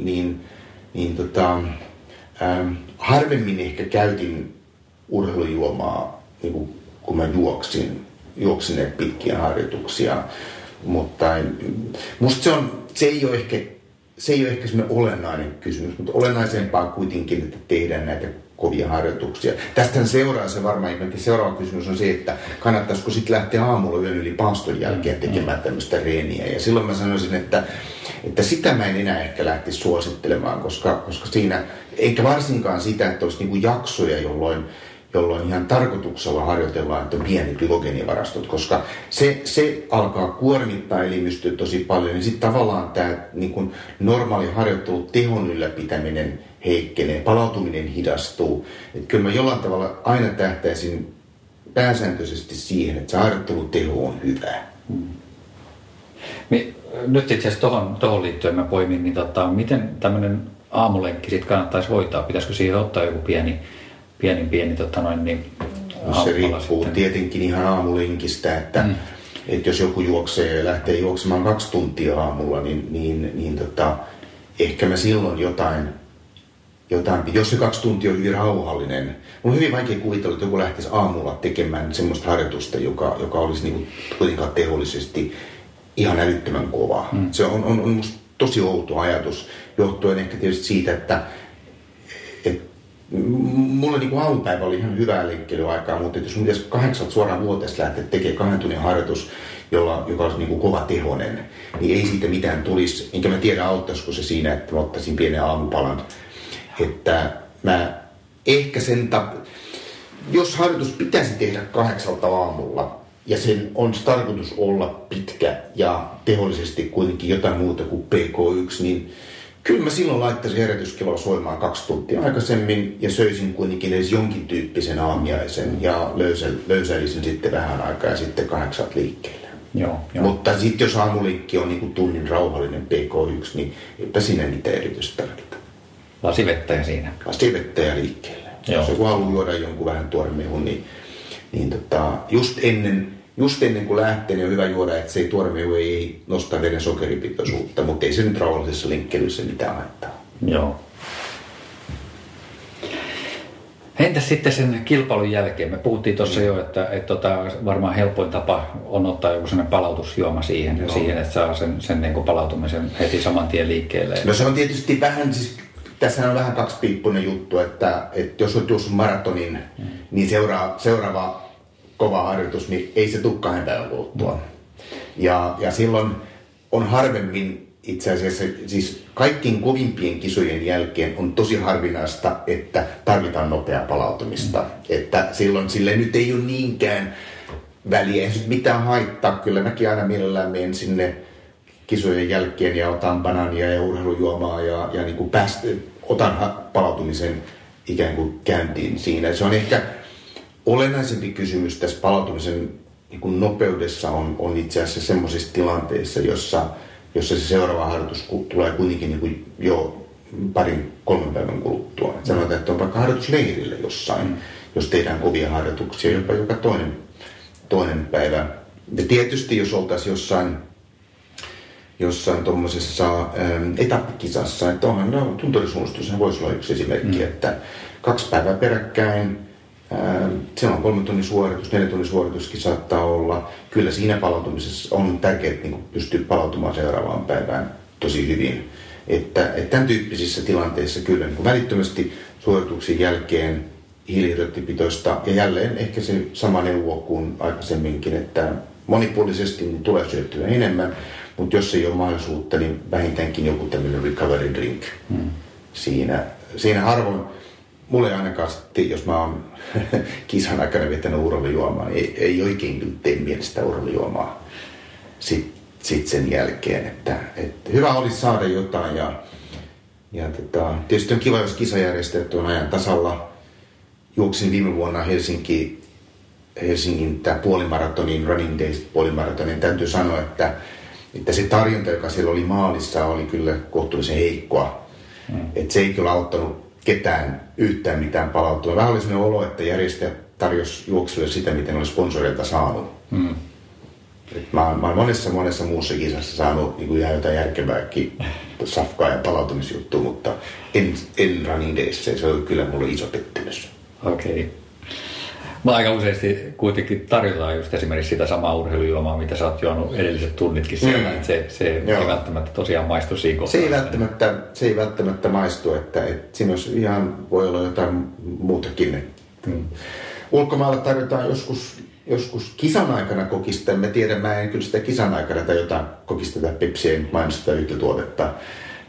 harvemmin ehkä käytin urheilujuomaa, niin kun mä juoksin näitä pitkiä harjoituksia. Mutta musta se ei ole ehkä semmoinen olennainen kysymys, mutta olennaisempaa kuitenkin, että tehdään näitä kovia harjoituksia. Tästähän seuraa se varmaan, seuraava kysymys on se, että kannattaisiko sitten lähteä aamulla yön yli paaston jälkeen tekemään tämmöistä reeniä. Ja silloin mä sanoisin, että sitä mä en enää ehkä lähtisi suosittelemaan, koska siinä, eikä varsinkaan sitä, että olisi niinku jaksoja, jolloin ihan tarkoituksella harjoitellaan, että on pienet glykogeenivarastot, koska se alkaa kuormittaa elimistöä tosi paljon, niin sitten tavallaan tämä niin kuin normaali harjoittelu, tehon ylläpitäminen heikkenee, palautuminen hidastuu. Että kyllä mä jollain tavalla aina tähtäisin pääsääntöisesti siihen, että se harjoitteluteho on hyvä. Nyt itse asiassa tohon liittyen mä poimin, niin miten tämmöinen aamulenkki sitten kannattaisi hoitaa? Pitäisikö siihen ottaa joku pieni se riippuu tietenkin ihan aamulenkistä, että jos joku lähtee juoksemaan 2 tuntia aamulla, niin ehkä mä silloin jotain, jos se 2 tuntia on hyvin rauhallinen. Mun on hyvin vaikea kuvitella, että joku lähtisi aamulla tekemään semmoista harjoitusta, joka olisi niin kuin kuitenkaan tehollisesti ihan älyttömän kovaa. Se on musta tosi outo ajatus, johtuen ehkä tietysti siitä, että mulla niin kuin aamupäivä oli ihan hyvää lenkkilyaikaa, mutta jos mun pitäisi 8 suoraan vuotesta lähteä tekemään 2 tunnin harjoitus, joka olisi niin kuin kova tehonen, niin ei siitä mitään tulisi. Enkä mä tiedä, auttaisiko se siinä, että mä ottaisin pienen aamupalan. Että mä ehkä jos harjoitus pitäisi tehdä 8 aamulla, ja sen on tarkoitus olla pitkä ja tehollisesti kuitenkin jotain muuta kuin PK1, niin kyllä mä silloin laittaisin herätyskelloa soimaan 2 tuntia aikaisemmin ja söisin kuitenkin edes jonkin tyyppisen aamiaisen ja löysäilisin sitten vähän aikaa ja sitten 8 liikkeelle. Joo. Mutta sitten jos aamuliikki on niin kuin tunnin rauhallinen PK1, niin eipä siinä mitään erityistä tarvita. Lasivettä siinä. Lasivettä ja liikkeelle. Joo. Jos joku haluaa juoda jonkun vähän tuoremehun, niin just ennen kuin lähtee, niin on hyvä juoda, että se tuoremehu ei nosta veden sokeripitoisuutta, mutta ei se nyt rauhallisessa lenkkeilyssä mitään haittaa. Joo. Entäs sitten sen kilpailun jälkeen? Me puhuttiin tuossa jo, että varmaan helpoin tapa on ottaa joku sellainen palautusjuoma siihen että saa sen niin kuin palautumisen heti saman tien liikkeelle. No se on tietysti vähän, siis tässä on vähän kaksipiippunen juttu, että jos olet juossut maratonin, niin seuraava kova harjoitus, niin ei se tule 2 päivän kuluttua. Ja silloin on harvemmin itse asiassa, siis kaikkien kovimpien kisojen jälkeen on tosi harvinaista, että tarvitaan nopeaa palautumista. Että silloin sille nyt ei ole niinkään väliä, ei mitään haittaa. Kyllä mäkin aina mielellään menen sinne kisojen jälkeen ja otan banaania ja urheilujuomaa ja niin kuin otan palautumisen ikään kuin käyntiin siinä. Se on ehkä olennaisempi kysymys tässä palautumisen niin kuin nopeudessa on itse asiassa semmoisissa tilanteissa, jossa se seuraava harjoitus tulee kuitenkin niin kuin jo 2-3 päivän kuluttua. Sanotaan, että on vaikka harjoitusleirillä jossain, jos tehdään kovia harjoituksia, jopa joka toinen päivä. Ja tietysti jos oltaisiin jossain tuommoisessa etappikisassa, että onhan tunturisuunnistus voisi olla yksi esimerkki, että 2 päivää peräkkäin, se on 3 tunnin suoritus, 4 tunnin suorituskin saattaa olla. Kyllä siinä palautumisessa on tärkeää niin pystyä palautumaan seuraavaan päivään tosi hyvin. Että tämän tyyppisissä tilanteissa kyllä niin välittömästi suorituksen jälkeen hiilihydraattipitoista ja jälleen ehkä se sama neuvo kuin aikaisemminkin, että monipuolisesti niin tulee syötyä enemmän, mutta jos ei ole mahdollisuutta, niin vähintäänkin joku tämmöinen recovery drink siinä harvoin. Mulle ei ainakaan, jos mä oon kisan aikana vetänyt urheilujuomaa, niin ei oikein tee mielestä urheilujuomaa sit sen jälkeen. Että hyvä olisi saada jotain ja tietysti on kiva, jos kisajärjestöt on ajan tasalla. Juoksin viime vuonna Helsingin tämä puolimaratonin, Running Days puolimaratonin. Täytyy sanoa, että se tarjonta, joka siellä oli maalissa, oli kyllä kohtuullisen heikkoa. Että se ei kyllä auttanut ketään yhtään mitään palautua. Vähän oli sellainen olo, että järjestäjät tarjosi juoksijoille sitä, miten oli sponsoreilta saanut. Mä oon monessa muussa kisassa saanut niin ihan jotain järkevääkin safkaa ja palautumisjuttua, mutta en Running Days. Se oli kyllä mulle iso pettymys. Okei. Mä aika useasti kuitenkin tarjotaan just esimerkiksi sitä samaa urheilujuomaa, mitä sä oot juonut edelliset tunnitkin siellä. Se ei välttämättä tosiaan maistu siinä kohtaa. Se ei välttämättä maistu, että siinä ihan voi olla jotain muutakin. Ulkomailla tarjotaan joskus kisan aikana kokista. Mä tiedän, mä en kyllä sitä kisan aikana tai jotain kokista tai Pepsiä, en mainostaa yhtä tuotetta.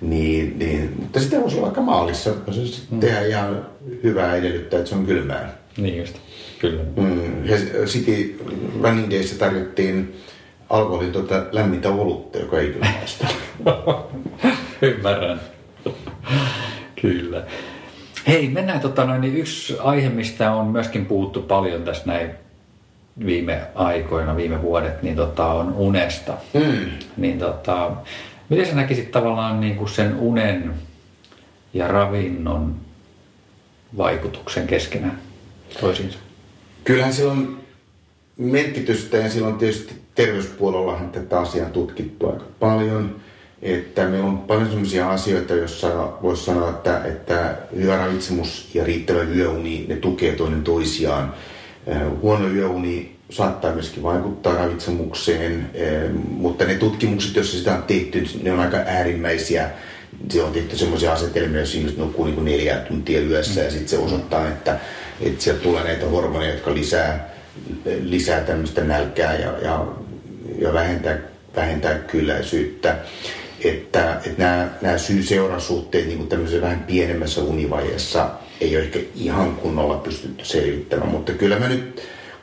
Mutta sitä voisi olla vaikka maalissa. Se tehdään ihan hyvää edellyttää, että se on kylmää. Niin just, kyllä. City Running Dayssä tarjottiin alkoholin lämmintä olutta, joka ei kyllä maista. Ymmärrän. Kyllä. Hei, mennään niin yksi aihe, mistä on myöskin puhuttu paljon tässä näin viime aikoina, viime vuodet, niin on unesta. Niin miten sä näkisit tavallaan niin kuin sen unen ja ravinnon vaikutuksen keskenään toisiinsa? Kyllähän sillä on merkitystä ja silloin tietysti terveyspuolellahan tätä asiaa tutkittu aika paljon. Että meillä on paljon sellaisia asioita, joissa voisi sanoa, että hyvä ravitsemus ja riittävä yöuni, ne tukee toinen toisiaan. Huono yöuni saattaa myöskin vaikuttaa ravitsemukseen, mutta ne tutkimukset, joissa sitä on tehty, ne on aika äärimmäisiä. Se on tehty sellaisia asetelmia, jos ihmiset nukkuu niin kuin 4 tuntia yössä ja sitten se osoittaa, että sieltä tulee näitä hormoneja, jotka lisää tämmöistä nälkää ja vähentää kylläisyyttä. Että nämä syy-seurasuhteet niin kuin tämmöisessä vähän pienemmässä univaiheessa ei ole ehkä ihan kunnolla pystytty selvittämään, mutta kyllä mä nyt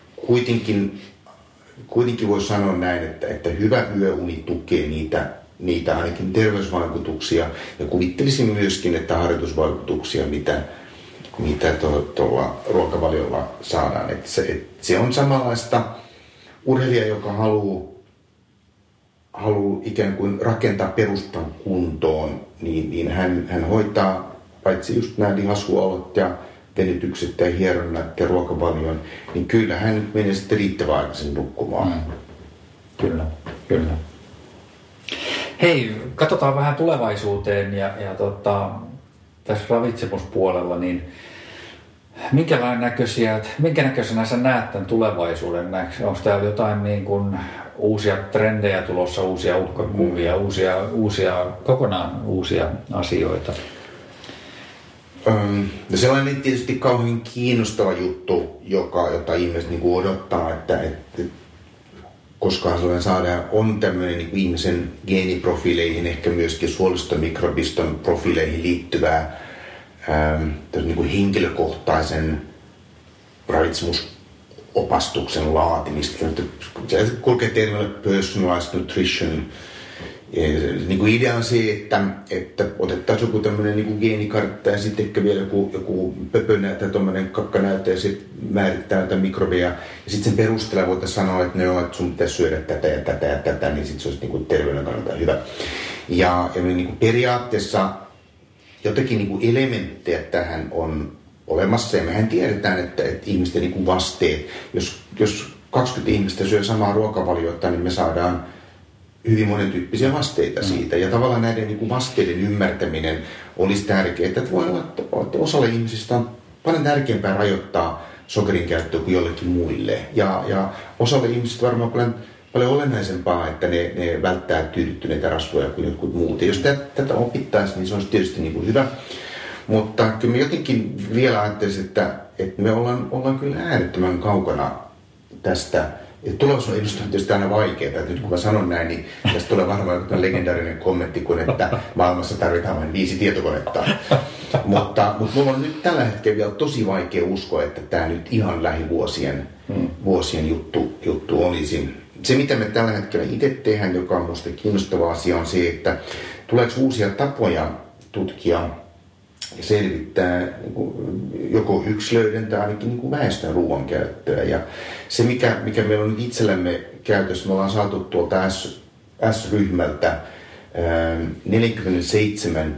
kuitenkin voi sanoa näin, että hyvä yöuni tukee niitä ainakin terveysvaikutuksia ja kuvittelisin myöskin, että harjoitusvaikutuksia, mitä tuolla ruokavaliolla saadaan. Että se on samanlaista urheilija, joka haluaa ikään kuin rakentaa perustan kuntoon, niin hän hoitaa paitsi just nämä lihashuollot ja venytykset ja hieronnat ja ruokavalion, niin kyllä hän menee sitten riittävän aikaisin nukkumaan. Kyllä. Hei, katsotaan vähän tulevaisuuteen ja tässä ravitsemuspuolella, niin minkä näköisenä sä näet tämän tulevaisuuden? Onko täällä jotain niin kuin uusia trendejä tulossa, uusia uhkakuvia, kokonaan uusia asioita? No sellainen tietysti kauhean kiinnostava juttu, jota ihmiset niin kuin odottaa, että koskaan sellainen saadaan, on tämmöinen niin kuin ihmisen geeniprofiileihin, ehkä myöskin suolistomikrobiston profiileihin liittyvää niin kuin henkilökohtaisen ravitsemusopastuksen laatimista. Se kulkee termillä personalized nutrition. Niin kuin idea on se, että otettaisiin joku tämmöinen niin kuin geenikartta ja sitten ehkä vielä joku pöpönä tai tuommoinen kakkanäyte ja sitten määrittää näitä mikrobeja. Ja sitten sen perusteella voitaisiin sanoa, että että sun pitäisi syödä tätä ja tätä ja tätä, niin sitten se olisi niin kuin terveyden kannalta hyvä. Ja niin kuin periaatteessa jotakin niin kuin elementtejä tähän on olemassa ja mehän tiedetään, että ihmisten niin kuin vasteet, jos 20 ihmistä syö samaa ruokavaliota, niin me saadaan hyvin monentyyppisiä vasteita siitä. Ja tavallaan näiden niin kuin vasteiden ymmärtäminen olisi tärkeää, että voi olla, että osalle ihmisistä on paljon tärkeämpää rajoittaa sokerin käyttöä kuin jollekin muille. Ja osalle ihmisistä varmaan paljon olennaisempaa, että ne välttää tyydyttyneitä rasvoja kuin jotkut muut. Ja jos tätä opittaisiin, niin se olisi tietysti niin kuin hyvä. Mutta kyllä mä jotenkin vielä ajattelisin, että me ollaan kyllä äärettömän kaukana tästä. Tulevaisuuden ennustus on tietysti aina vaikeaa. Että nyt kun mä sanon näin, niin tästä tulee varmaan joku legendaarinen kommentti, kun että maailmassa tarvitaan vain 5 tietokonetta. Mutta mulla on nyt tällä hetkellä vielä tosi vaikea uskoa, että tämä nyt ihan lähivuosien juttu olisi. Se, mitä me tällä hetkellä itse tehdään, joka on minusta kiinnostava asia, on se, että tuleeko uusia tapoja tutkia ja selvittää niin kuin joko yksilöiden tai ainakin niin kuin väestön ruoankäyttöä. Ja se, mikä meillä on nyt itsellämme käytössä, me ollaan saatu tuolta S-ryhmältä 47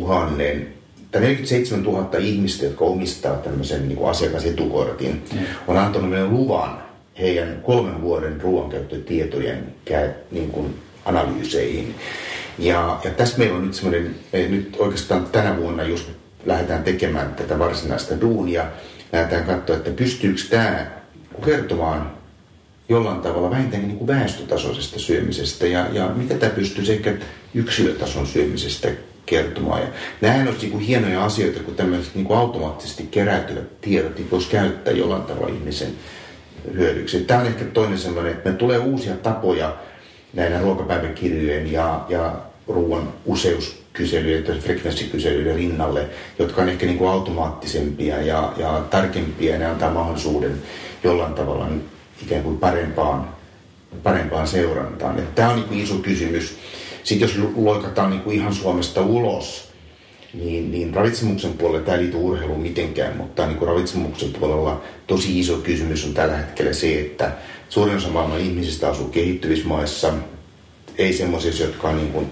000 ihmistä, jotka omistaa tämmöisen niin kuin asiakasetukortin, on antanut meille luvan heidän 3 vuoden ruoankäyttötietojen niin kuin analyyseihin. Ja tässä meillä on nyt semmoinen, nyt oikeastaan tänä vuonna just lähdetään tekemään tätä varsinaista duunia. Lähdetään katsoa, että pystyykö tämä kertomaan jollain tavalla vähintäänkin niin kuin väestötasoisesta syömisestä ja mitä tämä pystyy ehkä yksilötason syömisestä kertomaan. Ja nämähän olisi niin kuin hienoja asioita, kun tämmöiset niin kuin automaattisesti keräytyvät tiedot niin voisi käyttää jollain tavalla ihmisen hyödyksi. Tämä on ehkä toinen sellainen, että me tulee uusia tapoja näiden ruokapäiväkirjojen ja ruoan kyselyiden, frekvenssikyselyiden rinnalle, jotka on ehkä niin kuin automaattisempia ja tarkempia, ja ne antaa mahdollisuuden jollain tavalla ikään kuin parempaan seurantaan. Tämä on niin kuin iso kysymys. Sitten jos loikataan niin kuin ihan Suomesta ulos, niin ravitsemuksen puolella tämä ei liity urheiluun mitenkään, mutta niin kuin ravitsemuksen puolella tosi iso kysymys on tällä hetkellä se, että suurin osa maailman ihmisistä asuu kehittyvissä maissa, ei semmoisissa, jotka on niin kuin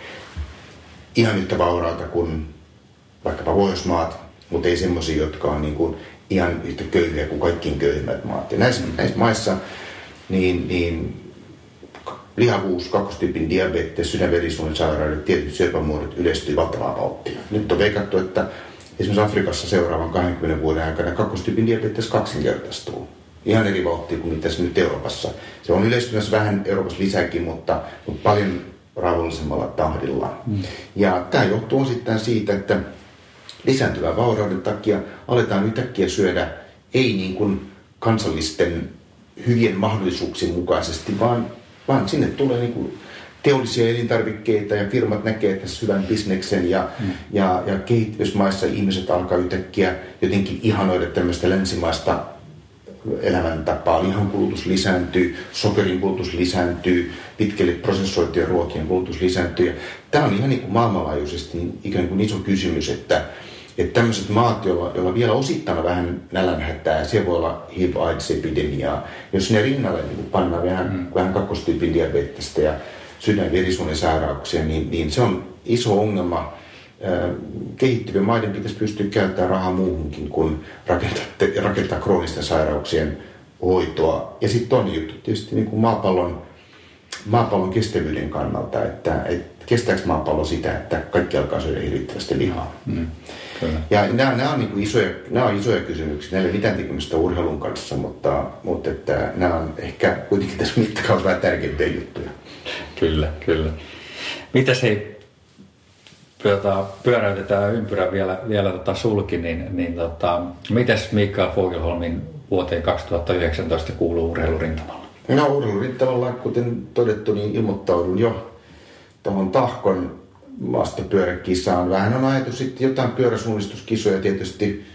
ihan yhtä vauraita kuin vaikkapa Pohjoismaat, mutta ei semmoisia, jotka on niin kuin ihan yhtä köyhiä kuin kaikkiin köyhimmät maat. Ja näissä maissa niin lihavuus, kakkostyypin diabetes, sydänverisuonisairaudet, tietyt syöpämuodot yleistyy valtavaa vauhtia. Nyt on veikattu, että esimerkiksi Afrikassa seuraavan 20 vuoden aikana kakkostyypin diabetes kaksinkertaistuu. Ihan eri vauhtia kuin mitä se nyt Euroopassa. Se on yleistymässä vähän Euroopassa lisääkin, mutta paljon rauhallisemmalla tahdilla. Ja tämä johtuu osittain siitä, että lisääntyvän vaurauden takia aletaan yhtäkkiä syödä ei niin kuin kansallisten hyvien mahdollisuuksien mukaisesti, vaan sinne tulee niin kuin teollisia elintarvikkeita ja firmat näkee tässä hyvän bisneksen ja kehittyvissä maissa ihmiset alkaa yhtäkkiä jotenkin ihanoida tämmöistä länsimaista elämäntapaa. Lihan kulutus lisääntyy, sokerin kulutus lisääntyy, pitkälle prosessoitujen ruokien kulutus lisääntyy. Ja tämä on ihan niin kuin maailmanlaajuisesti ikään kuin iso kysymys, että tämmöiset maat, joilla vielä osittain vähän nälänhätää, siellä voi olla HIV-AIDS-epidemiaa. Jos ne rinnalle niin pannaan vähän kakkostyypin diabetesta ja sydänverisuonisairauksia, niin se on iso ongelma. Kehittyvien maiden pitäisi pystyä käyttämään rahaa muuhunkin kuin rakentaa kroonisten sairauksien hoitoa. Ja sitten toinen juttu tietysti niin kuin maapallon kestävyyden kannalta, että kestääkö maapallo sitä, että kaikki alkaa syödä riittävästi lihaa. Ja nämä on niin kuin isoja kysymyksiä. Näillä ei ole mitään tekemistä urheilun kanssa, mutta että nämä on ehkä kuitenkin tässä mittakaavassa vähän tärkeimpiä juttuja. Kyllä. Mitäs hei, pyöräytetään ympyrä vielä sulki, mitäs Mikael Fogelholmin vuoteen 2019 kuuluu urheilurintamalla? No urheilurintamalla, kuten todettu, niin ilmoittaudun jo tuohon Tahkon maastopyöräkisaan. Vähän on ajatus sitten jotain pyöräsuunnistuskisoja tietysti.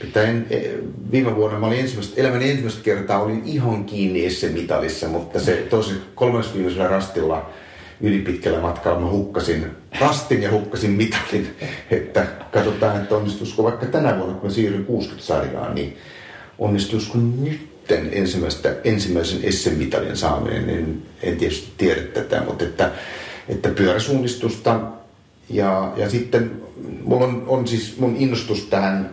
Viime vuonna mä olin elämäni ensimmäistä kertaa olin ihan kiinni SM-mitalissa, mutta se tosi kolmas viimeisellä rastilla ylipitkällä matkalla mä hukkasin rastin ja hukkasin mitalin. Että katsotaan, että onnistuisiko vaikka tänä vuonna, kun mä siirryn 60-sarjaan, niin onnistuisiko nytten ensimmäisen SM-mitalin saaminen. En tietysti tiedä tätä, mutta että pyöräsuunnistusta ja sitten mulla on siis mun innostus tähän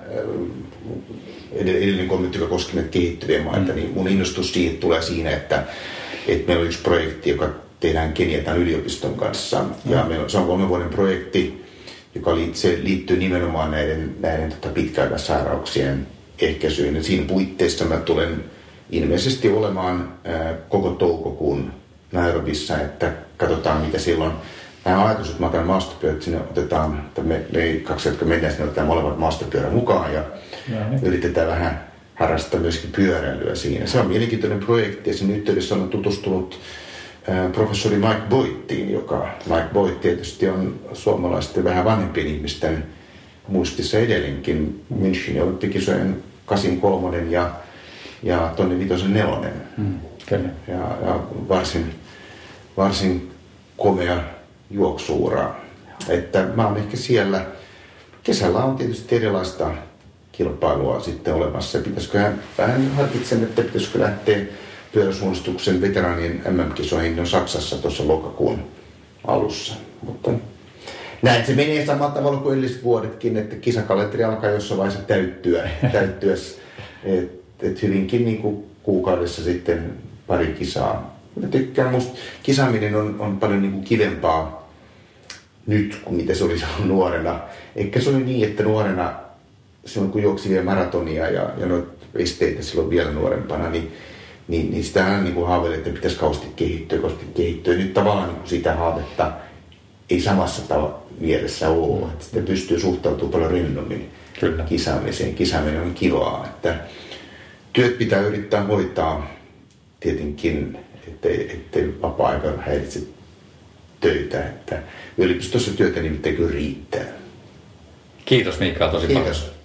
edellinen kommentti, joka koski näitä kehittyviä maita, niin mun innostus siihen tulee siinä, että meillä on yksi projekti, joka tehdään Keniatan yliopiston kanssa. Ja se on 3 vuoden projekti, joka liittyy nimenomaan näiden pitkäaikaissairauksien ehkäisyyn. Ja siinä puitteissa mä tulen ilmeisesti olemaan koko toukokuun Nairobissa, että katsotaan mitä silloin. Mä ajatus, että mä otan maastopyörät, sinne otetaan, me kaksi, jotka mennään sinne, otetaan molemmat maastopyörän mukaan ja yritetään vähän harrastaa myöskin pyöräilyä siinä. Se on mielenkiintoinen projekti ja sen yhteydessä olen tutustunut professori Mike Boyttiin, Mike Boyt tietysti on suomalaisten vähän vanhempien ihmisten muistissa edelleenkin Münchenin olympikisojen 83 ja tonne 54. Ja varsin komea juoksuura. Että mä oon ehkä siellä. Kesällä on tietysti erilaista kilpailua sitten olemassa. Pitäisiköhän vähän harkitsen, että pitäisikö lähteä pyöräsuunnistuksen veteraanien MM-kisoihin on Saksassa tuossa lokakuun alussa. Mutta näin se menee samalla tavalla kuin edelliset vuodetkin, että kisakalenteri alkaa jossain vaiheessa täyttyä. Et hyvinkin niin kuin kuukaudessa sitten pari kisaa. Mä tykkään, musta kisaaminen on paljon niin kuin kivempaa nyt kuin mitä se oli nuorena. Eikä se oli niin, että nuorena silloin kun juoksi vielä maratonia ja noita esteitä silloin vielä nuorempana, niin sitähän niin kuin haaveili, että pitäisi kauheasti kehittyä. Nyt tavallaan niin kuin sitä haavetta ei samassa mielessä ole, että sitä pystyy suhtautumaan paljon rennommin kisaamiseen. Kisaaminen on kivaa, että työt pitää yrittää hoitaa tietenkin, ettei vapaa-aika häiritse töitä, että yliopistossa työtä nimittäin kyllä riittää. Kiitos Mikael tosi paljon. Kiitos.